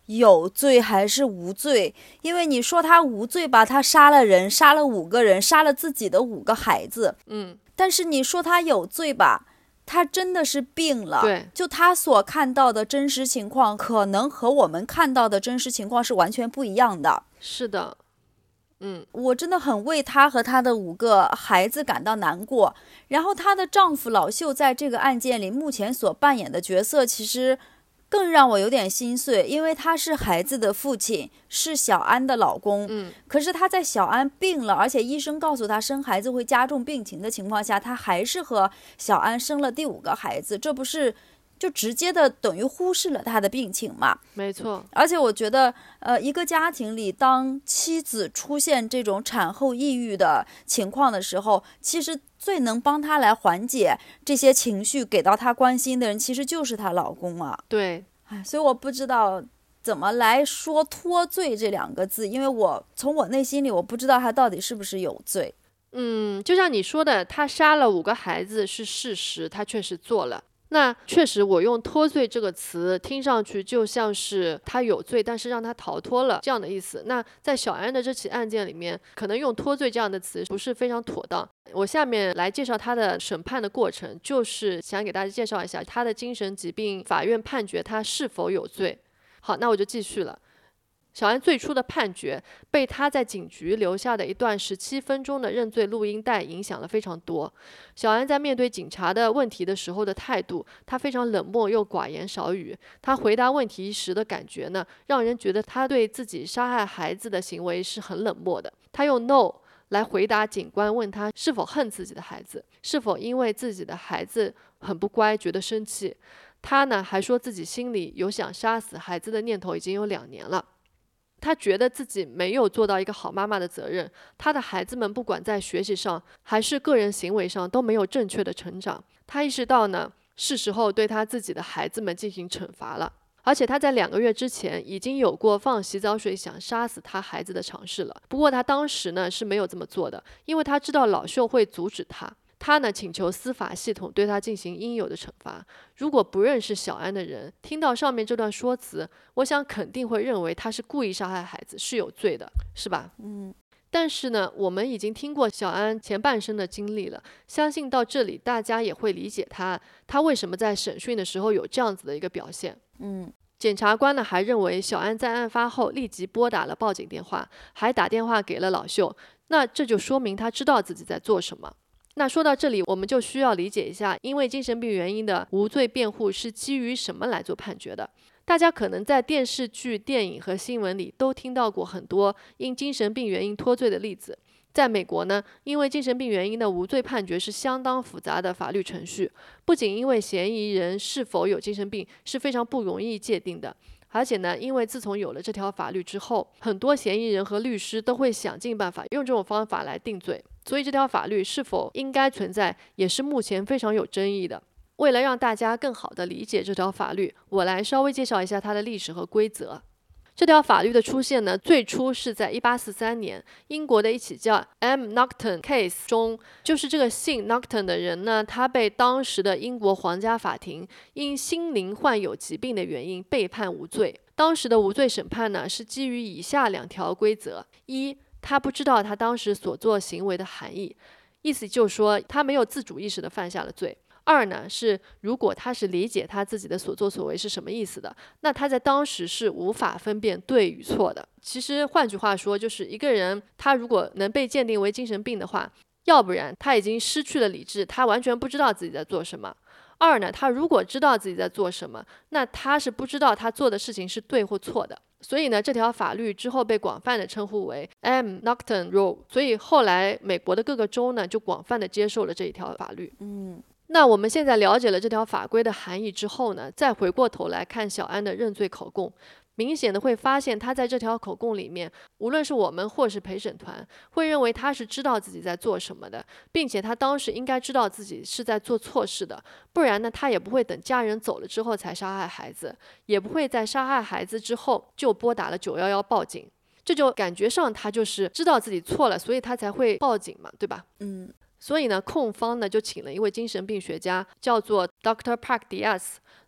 有罪还是无罪，因为你说他无罪吧，他杀了人，杀了5个人，杀了自己的5个孩子，但是你说他有罪吧，他真的是病了， 对， 就他所看到的真实情况，可能和我们看到的真实情况是完全不一样的。 是的， 我真的很为她和她的5个孩子感到难过。然后她的丈夫老秀在这个案件里目前所扮演的角色，其实更让我有点心碎，因为他是孩子的父亲，是小安的老公。可是他在小安病了，而且医生告诉他生孩子会加重病情的情况下，他还是和小安生了第5个孩子，这不是就直接的等于忽视了他的病情嘛？ 没错。 而且我觉得，一个家庭里，当妻子出现这种产后抑郁的情况的时候，其实最能帮她来缓解这些情绪，给到她关心的人，其实就是她老公啊。 对， 所以我不知道怎么来说脱罪这2个字，因为我从我内心里，我不知道他到底是不是有罪。 就像你说的，他杀了5个孩子是事实，他确实做了。那确实，我用脱罪这个词听上去就像是他有罪，但是让他逃脱了这样的意思。那在小安的这起案件里面，可能用脱罪这样的词不是非常妥当。我下面来介绍他的审判的过程，就是想给大家介绍一下他的精神疾病法院判决他是否有罪。好，那我就继续了。小安最初的判决被他在警局留下的一段17分钟的认罪录音带影响了非常多。小安在面对警察的问题的时候的态度，他非常冷漠又寡言少语。他回答问题时的感觉呢，让人觉得他对自己杀害孩子的行为是很冷漠的。他用 no 来回答警官问他是否恨自己的孩子，是否因为自己的孩子很不乖觉得生气。他呢还说自己心里有想杀死孩子的念头已经有2年了。他觉得自己没有做到一个好妈妈的责任，他的孩子们不管在学习上还是个人行为上都没有正确的成长。他意识到呢，是时候对他自己的孩子们进行惩罚了。而且他在2个月之前已经有过放洗澡水想杀死他孩子的尝试了。不过他当时呢是没有这么做的，因为他知道老秀会阻止他。他呢请求司法系统对他进行应有的惩罚。如果不认识小安的人听到上面这段说辞，我想肯定会认为他是故意杀害孩子，是有罪的，是吧？但是呢，我们已经听过小安前半生的经历了，相信到这里大家也会理解他为什么在审讯的时候有这样子的一个表现。检察官呢还认为小安在案发后立即拨打了报警电话，还打电话给了老秀，那这就说明他知道自己在做什么。那说到这里，我们就需要理解一下，因为精神病原因的无罪辩护是基于什么来做判决的。大家可能在电视剧、电影和新闻里都听到过很多因精神病原因脱罪的例子。在美国呢，因为精神病原因的无罪判决是相当复杂的法律程序，不仅因为嫌疑人是否有精神病是非常不容易界定的，而且呢，因为自从有了这条法律之后，很多嫌疑人和律师都会想尽办法用这种方法来定罪，所以这条法律是否应该存在，也是目前非常有争议的。为了让大家更好地理解这条法律，我来稍微介绍一下它的历史和规则。这条法律的出现呢，最初是在1843年，英国的一起叫 M. Naughton Case 中，就是这个姓 Naughton 的人呢，他被当时的英国皇家法庭因心灵患有疾病的原因被判无罪。当时的无罪审判呢，是基于以下2条规则：一，他不知道他当时所做行为的含义，意思就是说他没有自主意识地犯下了罪。2呢是，如果他是理解他自己的所作所为是什么意思的，那他在当时是无法分辨对与错的。其实换句话说，就是一个人他如果能被鉴定为精神病的话，要不然他已经失去了理智，他完全不知道自己在做什么。2呢，他如果知道自己在做什么，那他是不知道他做的事情是对或错的。所以呢，这条法律之后被广泛的称呼为 M. Naughton Rule， 所以后来美国的各个州呢就广泛的接受了这一条法律。那我们现在了解了这条法规的含义之后呢，再回过头来看小安的认罪口供，明显的会发现他在这条口供里面，无论是我们或是陪审团，会认为他是知道自己在做什么的，并且他当时应该知道自己是在做错事的，不然呢，他也不会等家人走了之后才杀害孩子，也不会在杀害孩子之后就拨打了911报警。这就感觉上他就是知道自己错了，所以他才会报警嘛，对吧？所以呢，控方呢就请了一位精神病学家，叫做 Dr. Park Diaz，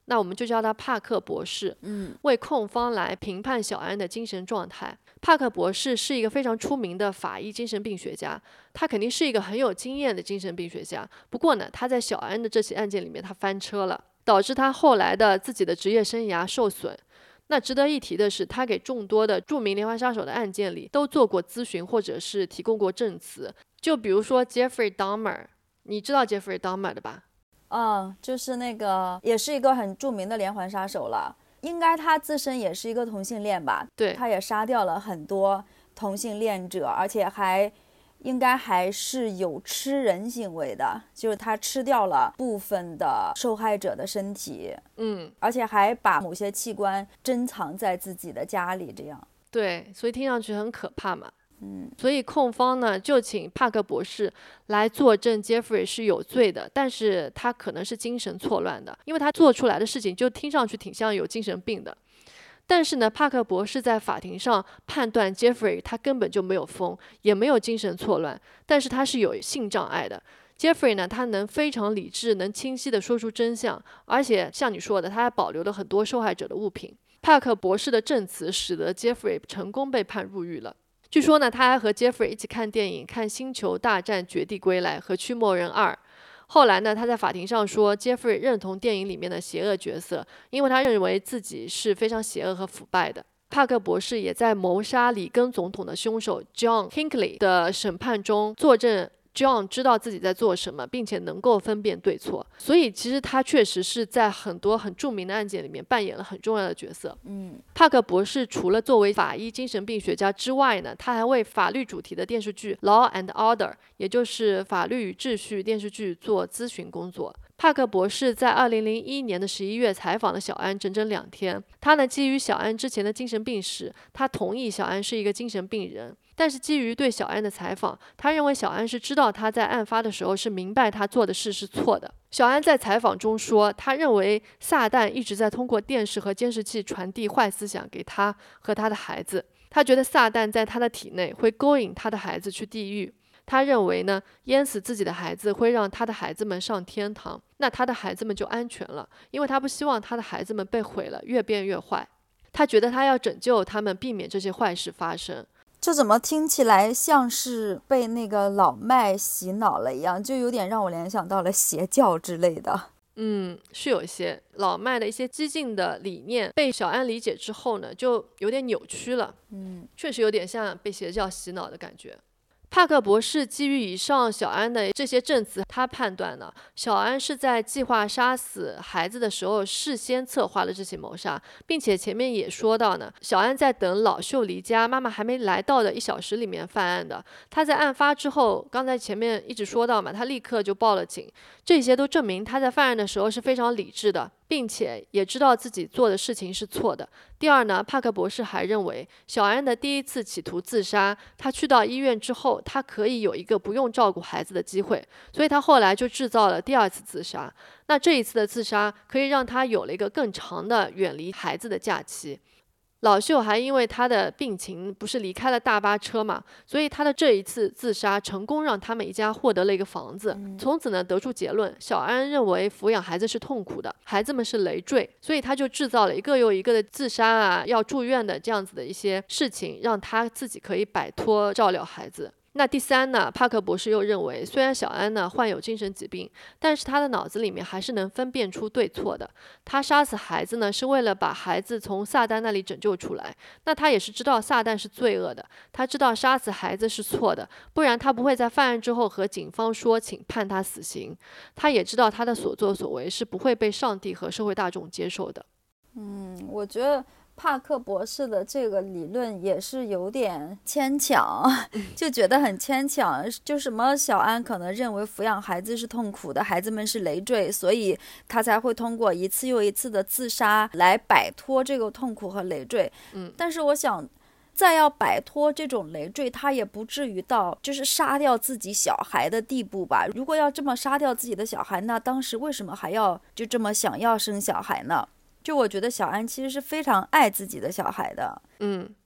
那我们就叫他帕克博士，为控方来评判小安的精神状态。帕克博士是一个非常出名的法医精神病学家，他肯定是一个很有经验的精神病学家。不过呢，他在小安的这起案件里面他翻车了，导致他后来的自己的职业生涯受损。那值得一提的是，他给众多的著名连环杀手的案件里都做过咨询或者是提供过证词。就比如说 Jeffrey Dahmer， 你知道 Jeffrey Dahmer 的吧？ 就是那个也是一个很著名的连环杀手了，应该他自身也是一个同性恋吧？ 对， 他也杀掉了很多同性恋者，而且应该还是有吃人行为的，就是他吃掉了部分的受害者的身体，而且还把某些器官珍藏在自己的家里，这样。 对，所以听上去很可怕嘛。所以控方呢就请帕克博士来作证 Jeffrey 是有罪的，但是他可能是精神错乱的，因为他做出来的事情就听上去挺像有精神病的。但是呢，帕克博士在法庭上判断 Jeffrey 他根本就没有疯，也没有精神错乱，但是他是有性障碍的。Jeffrey 呢，他能非常理智，能清晰地说出真相，而且像你说的，他还保留了很多受害者的物品。帕克博士的证词使得 Jeffrey 成功被判入狱了。据说呢，他还和 Jeffrey 一起看电影，看《星球大战：绝地归来》和《驱魔人2》。后来呢，他在法庭上说 Jeffrey 认同电影里面的邪恶角色，因为他认为自己是非常邪恶和腐败的。帕克博士也在谋杀里根总统的凶手 John Hinckley 的审判中作证，John 知道自己在做什么，并且能够分辨对错，所以其实他确实是在很多很著名的案件里面扮演了很重要的角色。帕克博士除了作为法医精神病学家之外呢，他还为法律主题的电视剧 Law and Order， 也就是法律与秩序电视剧做咨询工作。帕克博士在2001年的11月采访了小安整整2天。他呢，基于小安之前的精神病史，他同意小安是一个精神病人。但是基于对小安的采访，他认为小安是知道他在案发的时候是明白他做的事是错的。小安在采访中说，他认为撒旦一直在通过电视和监视器传递坏思想给他和他的孩子。他觉得撒旦在他的体内会勾引他的孩子去地狱。他认为呢，淹死自己的孩子会让他的孩子们上天堂，那他的孩子们就安全了，因为他不希望他的孩子们被毁了，越变越坏。他觉得他要拯救他们，避免这些坏事发生。 这怎么听起来像是被那个老麦洗脑了一样，就有点让我联想到了邪教之类的。 是有一些老麦的一些激进的理念被小安理解之后呢，就有点扭曲了。确实有点像被邪教洗脑的感觉。帕克博士基于以上小安的这些证词，他判断呢，小安是在计划杀死孩子的时候事先策划了这起谋杀，并且前面也说到呢，小安在等老秀离家，妈妈还没来到的1小时里面犯案的。他在案发之后，刚才前面一直说到嘛，他立刻就报了警，这些都证明他在犯案的时候是非常理智的，并且也知道自己做的事情是错的。第二呢，帕克博士还认为小安的第一次企图自杀，他去到医院之后，他可以有一个不用照顾孩子的机会，所以他后来就制造了第2次自杀。那这一次的自杀可以让他有了一个更长的远离孩子的假期。老秀还因为他的病情不是离开了大巴车嘛，所以他的这一次自杀成功让他们一家获得了一个房子。从此呢，得出结论，小安认为抚养孩子是痛苦的，孩子们是累赘，所以他就制造了一个又一个的自杀啊，要住院的这样子的一些事情，让他自己可以摆脱照料孩子。那第3呢，帕克博士又认为，虽然小安呢患有精神疾病，但是他的脑子里面还是能分辨出对错的。他杀死孩子呢，是为了把孩子从撒旦那里拯救出来。那他也是知道撒旦是罪恶的，他知道杀死孩子是错的，不然他不会在犯案之后和警方说请判他死刑。他也知道他的所作所为是不会被上帝和社会大众接受的。 我觉得帕克博士的这个理论也是有点牵强，就觉得很牵强。就什么小安可能认为抚养孩子是痛苦的，孩子们是累赘，所以他才会通过一次又一次的自杀来摆脱这个痛苦和累赘。但是我想再要摆脱这种累赘，他也不至于到就是杀掉自己小孩的地步吧。如果要这么杀掉自己的小孩，那当时为什么还要就这么想要生小孩呢？就我觉得小安其实是非常爱自己的小孩的。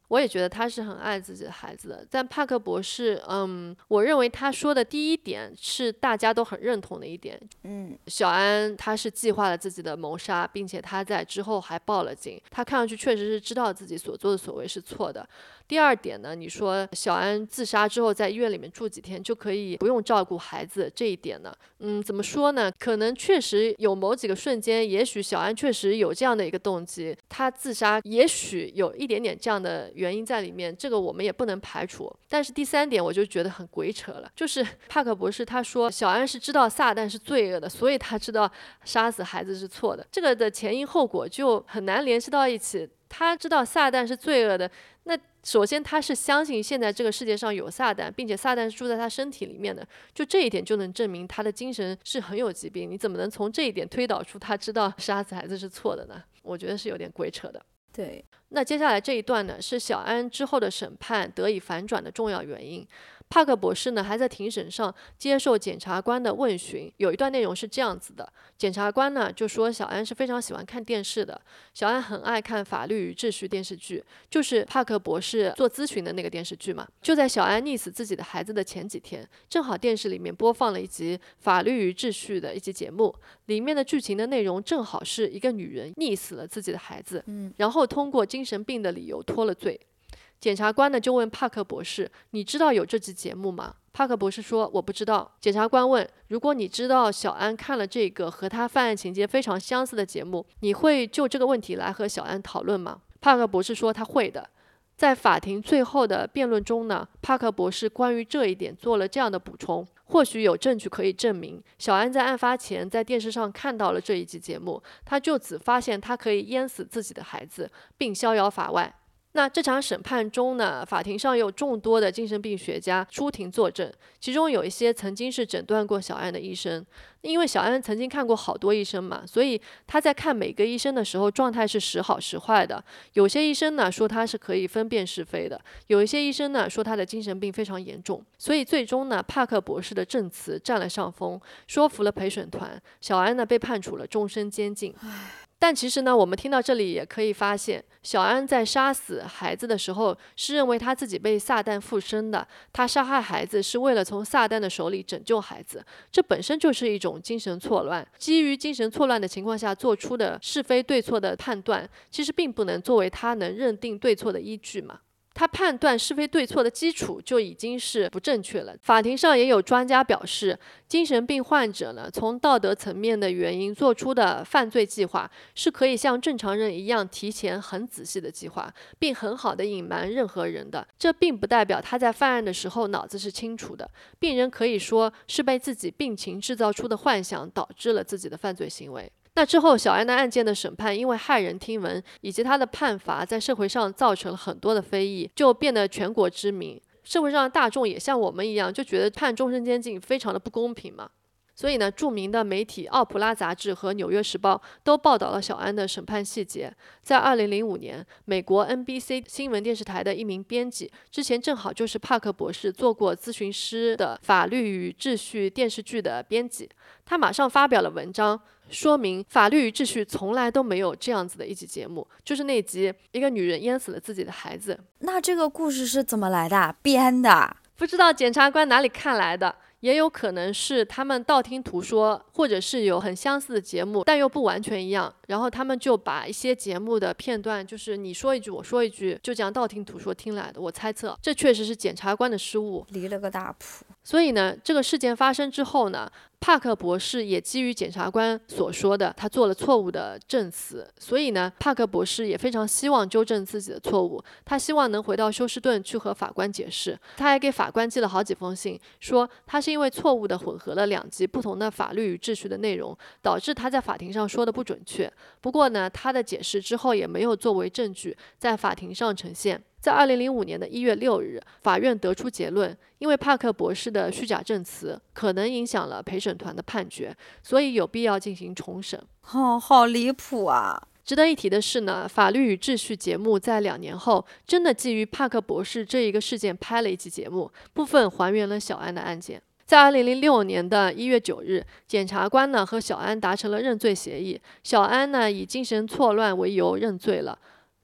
我也觉得他是很爱自己的孩子的。但帕克博士，我认为他说的第一点是大家都很认同的一点。小安他是计划了自己的谋杀，并且他在之后还报了警。他看上去确实是知道自己所作的所为是错的。第二点呢，你说小安自杀之后在医院里面住几天就可以不用照顾孩子，这一点呢，怎么说呢？可能确实有某几个瞬间，也许小安确实有这样的一个动机，他自杀也许有一点点这样的原因在里面，这个我们也不能排除。但是第三点我就觉得很鬼扯了，就是帕克博士他说小安是知道撒旦是罪恶的，所以他知道杀死孩子是错的，这个的前因后果就很难联系到一起。他知道撒旦是罪恶的，那首先他是相信现在这个世界上有撒旦，并且撒旦是住在他身体里面的，就这一点就能证明他的精神是很有疾病。你怎么能从这一点推导出他知道杀死孩子是错的呢？我觉得是有点鬼扯的。 对， 那接下来这一段呢，是小安之后的审判得以反转的重要原因。帕克博士呢还在庭审上接受检察官的问询，有一段内容是这样子的：检察官呢就说小安是非常喜欢看电视的，小安很爱看法律与秩序电视剧，就是帕克博士做咨询的那个电视剧嘛。就在小安溺死自己的孩子的前几天，正好电视里面播放了一集法律与秩序的一集节目，里面的剧情的内容正好是一个女人溺死了自己的孩子，然后通过精神病的理由脱了罪。检察官呢就问帕克博士：“你知道有这集节目吗？”帕克博士说：“我不知道。”检察官问：“如果你知道小安看了这个和他犯案情节非常相似的节目，你会就这个问题来和小安讨论吗？”帕克博士说：“他会的。”在法庭最后的辩论中呢，帕克博士关于这一点做了这样的补充：或许有证据可以证明小安在案发前在电视上看到了这一集节目，他就此发现他可以淹死自己的孩子，并逍遥法外。那这场审判中呢，法庭上有众多的精神病学家出庭作证，其中有一些曾经是诊断过小安的医生。因为小安曾经看过好多医生嘛，所以他在看每个医生的时候状态是时好时坏的。有些医生呢说他是可以分辨是非的，有一些医生呢说他的精神病非常严重。所以最终呢，帕克博士的证词占了上风，说服了陪审团，小安呢被判处了终身监禁。但其实呢，我们听到这里也可以发现，小安在杀死孩子的时候是认为他自己被撒旦附身的，他杀害孩子是为了从撒旦的手里拯救孩子，这本身就是一种精神错乱。基于精神错乱的情况下做出的是非对错的判断，其实并不能作为他能认定对错的依据嘛。他判断是非对错的基础就已经是不正确了。法庭上也有专家表示，精神病患者呢，从道德层面的原因做出的犯罪计划是可以像正常人一样提前很仔细的计划，并很好的隐瞒任何人的。这并不代表他在犯案的时候脑子是清楚的，病人可以说是被自己病情制造出的幻想导致了自己的犯罪行为。那之后，小安的案件的审判因为骇人听闻以及他的判罚在社会上造成了很多的非议，就变得全国知名。社会上的大众也像我们一样，就觉得判终身监禁非常的不公平嘛。所以呢，著名的媒体《奥普拉》杂志和《纽约时报》都报道了小安的审判细节。在2005年，美国 NBC 新闻电视台的一名编辑，之前正好就是帕克博士做过咨询师的法律与秩序电视剧的编辑，他马上发表了文章，说明法律与秩序从来都没有这样子的一集节目，就是那集一个女人淹死了自己的孩子。 那这个故事是怎么来的？编的？ 不知道检察官哪里看来的，也有可能是他们道听途说，或者是有很相似的节目，但又不完全一样，然后他们就把一些节目的片段，就是你说一句我说一句，就这样道听途说听来的。我猜测这确实是检察官的失误， 离了个大谱。 所以呢，这个事件发生之后呢，帕克博士也基于检察官所说的，他做了错误的证词，所以呢，帕克博士也非常希望纠正自己的错误，他希望能回到休斯顿去和法官解释。他还给法官寄了好几封信，说他是因为错误的混合了2集不同的法律与秩序的内容，导致他在法庭上说的不准确。不过呢，他的解释之后也没有作为证据在法庭上呈现。在2005年的1月6日，法院得出结论，因为帕克博士的虚假证词可能影响了陪审团的判决，所以有必要进行重审。 好离谱啊！ 值得一提的是呢，法律与秩序节目在2年后真的基于帕克博士这一个事件拍了一期节目，部分还原了小安的案件。在2006年的1月9日，检察官呢和小安达成了认罪协议，小安呢以精神错乱为由认罪了。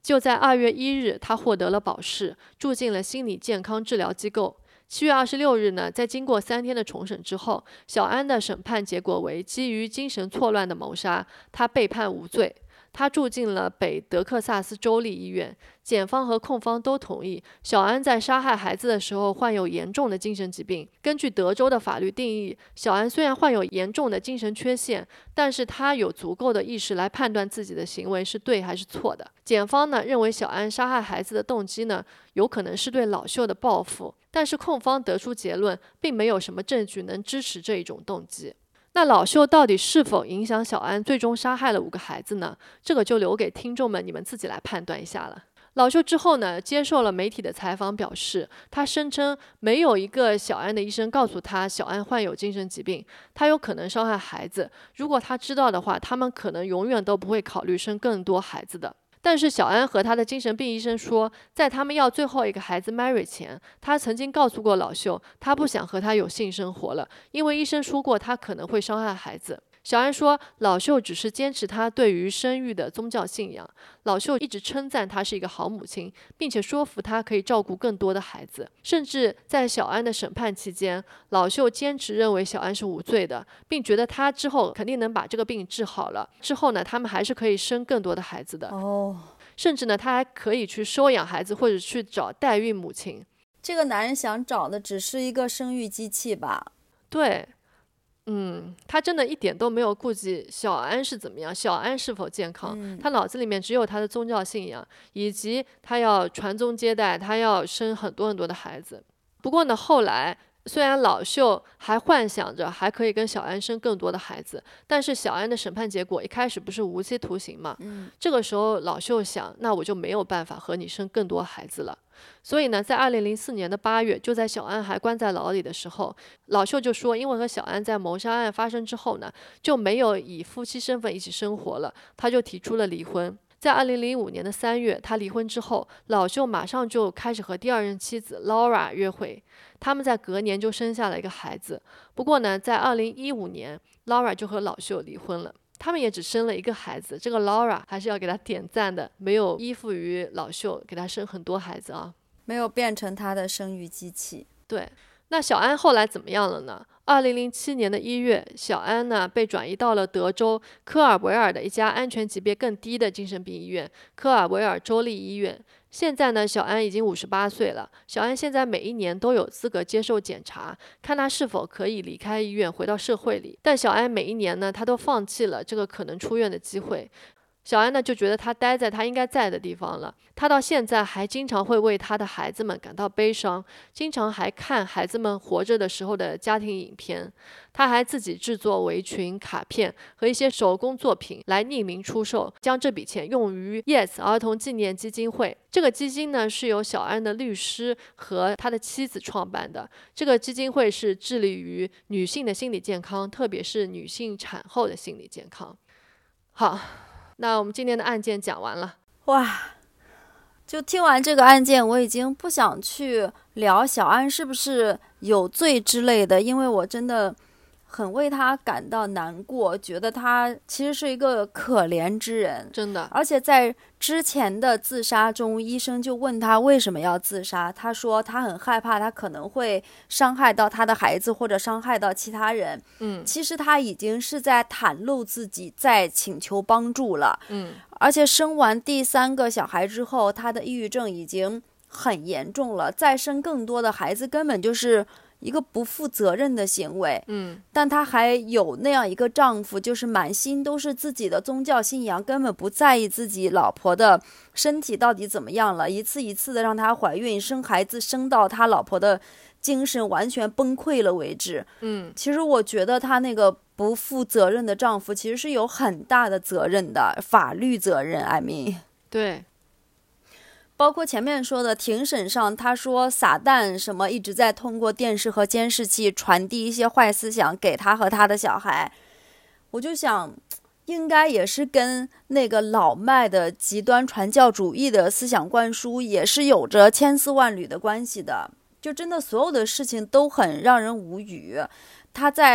就在2月1日，他获得了保释，住进了心理健康治疗机构。7月26日呢，在经过3天的重审之后，小安的审判结果为基于精神错乱的谋杀，他被判无罪。他住进了北德克萨斯州立医院，检方和控方都同意，小安在杀害孩子的时候患有严重的精神疾病。根据德州的法律定义，小安虽然患有严重的精神缺陷，但是他有足够的意识来判断自己的行为是对还是错的。检方呢认为小安杀害孩子的动机呢有可能是对老秀的报复，但是控方得出结论，并没有什么证据能支持这一种动机。那老秀到底是否影响小安最终杀害了5个孩子呢？这个就留给听众们你们自己来判断一下了。老秀之后呢，接受了媒体的采访，表示他声称没有一个小安的医生告诉他小安患有精神疾病，他有可能伤害孩子。如果他知道的话，他们可能永远都不会考虑生更多孩子的。但是小安和他的精神病医生说，在他们要最后一个孩子 Mary 前，他曾经告诉过老秀，他不想和他有性生活了，因为医生说过他可能会伤害孩子。小安说，老秀只是坚持他对于生育的宗教信仰。老秀一直称赞他是一个好母亲，并且说服他可以照顾更多的孩子。甚至在小安的审判期间，老秀坚持认为小安是无罪的，并觉得他之后肯定能把这个病治好了。之后呢，他们还是可以生更多的孩子的。甚至呢，他还可以去收养孩子，或者去找代孕母亲。 这个男人想找的只是一个生育机器吧？ 对。他真的一点都没有顾及小安是怎么样，小安是否健康，他脑子里面只有他的宗教信仰，以及他要传宗接代，他要生很多很多的孩子。不过呢，后来虽然老秀还幻想着还可以跟小安生更多的孩子，但是小安的审判结果一开始不是无期徒刑嘛，这个时候老秀想，那我就没有办法和你生更多孩子了。所以呢，在2004年的8月，就在小安还关在牢里的时候，老秀就说，因为和小安在谋杀案发生之后呢，就没有以夫妻身份一起生活了，他就提出了离婚。在2005年的3月，他离婚之后，老秀马上就开始和第2任妻子 Laura 约会，他们在隔年就生下了一个孩子。不过呢，在2015年 Laura 就和老秀离婚了，他们也只生了一个孩子。这个 Laura 还是要给他点赞的，没有依附于老秀给他生很多孩子啊， 没有变成他的生育机器。 对，那小安后来怎么样了呢？2007年的1月，小安呢被转移到了德州科尔维尔的一家安全级别更低的精神病医院——科尔维尔州立医院。现在呢，小安已经58岁了。小安现在每一年都有资格接受检查，看他是否可以离开医院回到社会里。但小安每一年呢，他都放弃了这个可能出院的机会。小安呢就觉得他待在他应该在的地方了，他到现在还经常会为他的孩子们感到悲伤，经常还看孩子们活着的时候的家庭影片。他还自己制作围裙、卡片和一些手工作品来匿名出售，将这笔钱用于 Yes 儿童纪念基金会。这个基金呢是由小安的律师和他的妻子创办的。这个基金会是致力于女性的心理健康，特别是女性产后的心理健康。好，那我们今天的案件讲完了。 哇，就听完这个案件，我已经不想去聊小安是不是有罪之类的，因为我真的很为他感到难过，觉得他其实是一个可怜之人， 真的。 而且在之前的自杀中，医生就问他为什么要自杀，他说他很害怕他可能会伤害到他的孩子或者伤害到其他人。其实他已经是在袒露自己，在请求帮助了。而且生完第3个小孩之后，他的抑郁症已经很严重了，再生更多的孩子根本就是一个不负责任的行为。但她还有那样一个丈夫，就是满心都是自己的宗教信仰，根本不在意自己老婆的身体到底怎么样了，一次一次的让她怀孕生孩子，生到她老婆的精神完全崩溃了为止。其实我觉得她那个不负责任的丈夫其实是有很大的责任的，法律责任。I mean， 对。 包括前面说的庭审上，他说撒旦什么一直在通过电视和监视器传递一些坏思想给他和他的小孩，我就想应该也是跟那个老迈的极端传教主义的思想灌输也是有着千丝万缕的关系的。就真的所有的事情都很让人无语。他在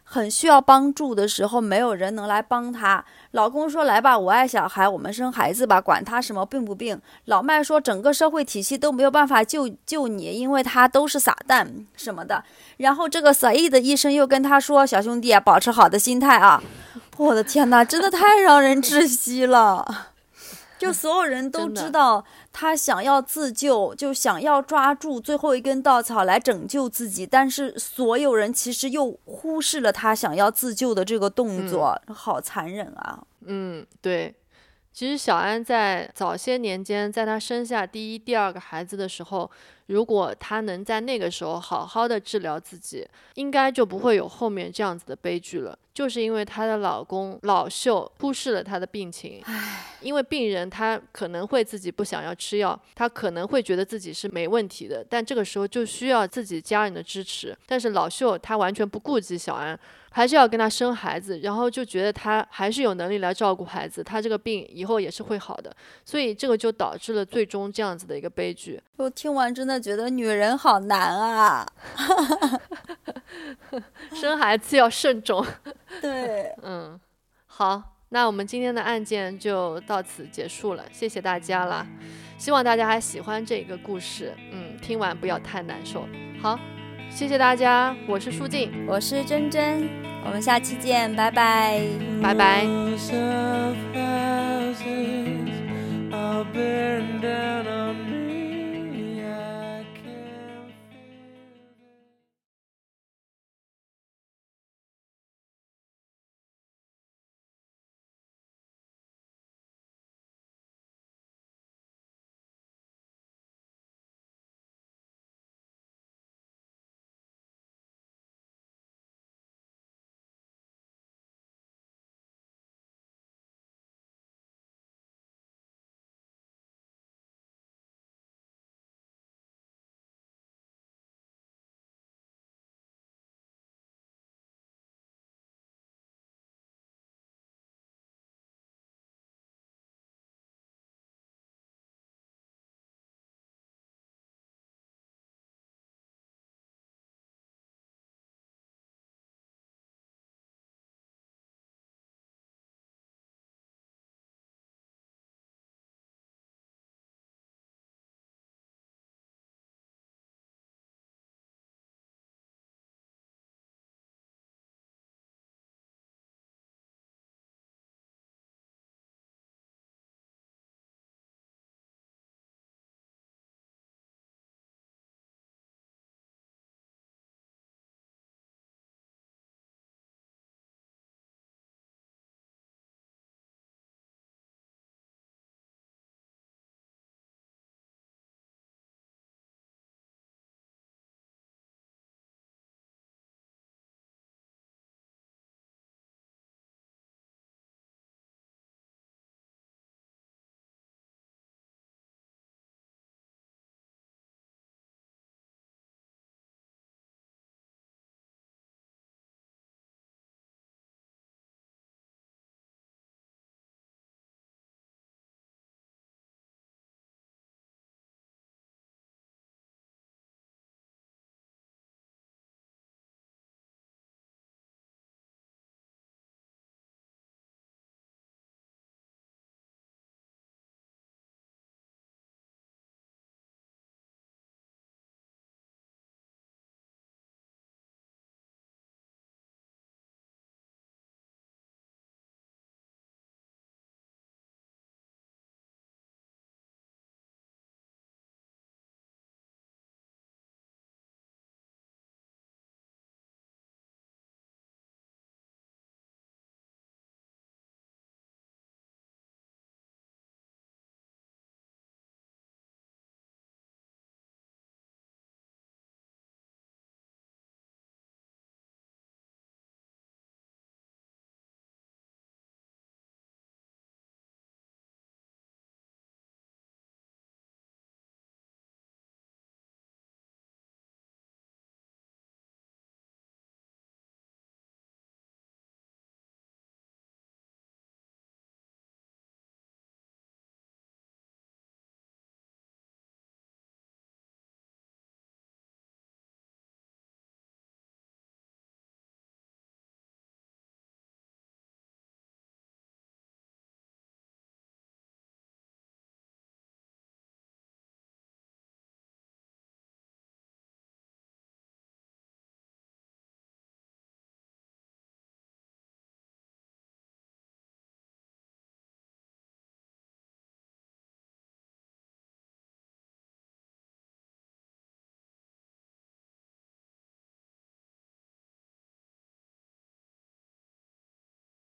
很需要帮助的时候，没有人能来帮她。老公说来吧，我爱小孩，我们生孩子吧，管他什么病不病。老麦说整个社会体系都没有办法救你，因为他都是撒旦什么的。然后这个撒意的医生又跟他说，小兄弟啊，保持好的心态啊。我的天哪，真的太让人窒息了。就所有人都知道他想要自救，就想要抓住最后一根稻草来拯救自己，但是所有人其实又忽视了他想要自救的这个动作，好残忍啊。 对。其实小安在早些年间，在她生下第一、第二个孩子的时候，如果她能在那个时候好好的治疗自己，应该就不会有后面这样子的悲剧了。就是因为她的老公老秀忽视了她的病情，因为病人他可能会自己不想要吃药，他可能会觉得自己是没问题的，但这个时候就需要自己家人的支持。但是老秀他完全不顾及小安，还是要跟他生孩子，然后就觉得他还是有能力来照顾孩子，他这个病以后也是会好的，所以这个就导致了最终这样子的一个悲剧。 我听完真的觉得女人好难啊。 生孩子要慎重。 对， 好，那我们今天的案件就到此结束了，谢谢大家了，希望大家还喜欢这个故事，听完不要太难受。好，谢谢大家，我是舒静， 我是珍珍，我们下期见，拜拜， 拜拜。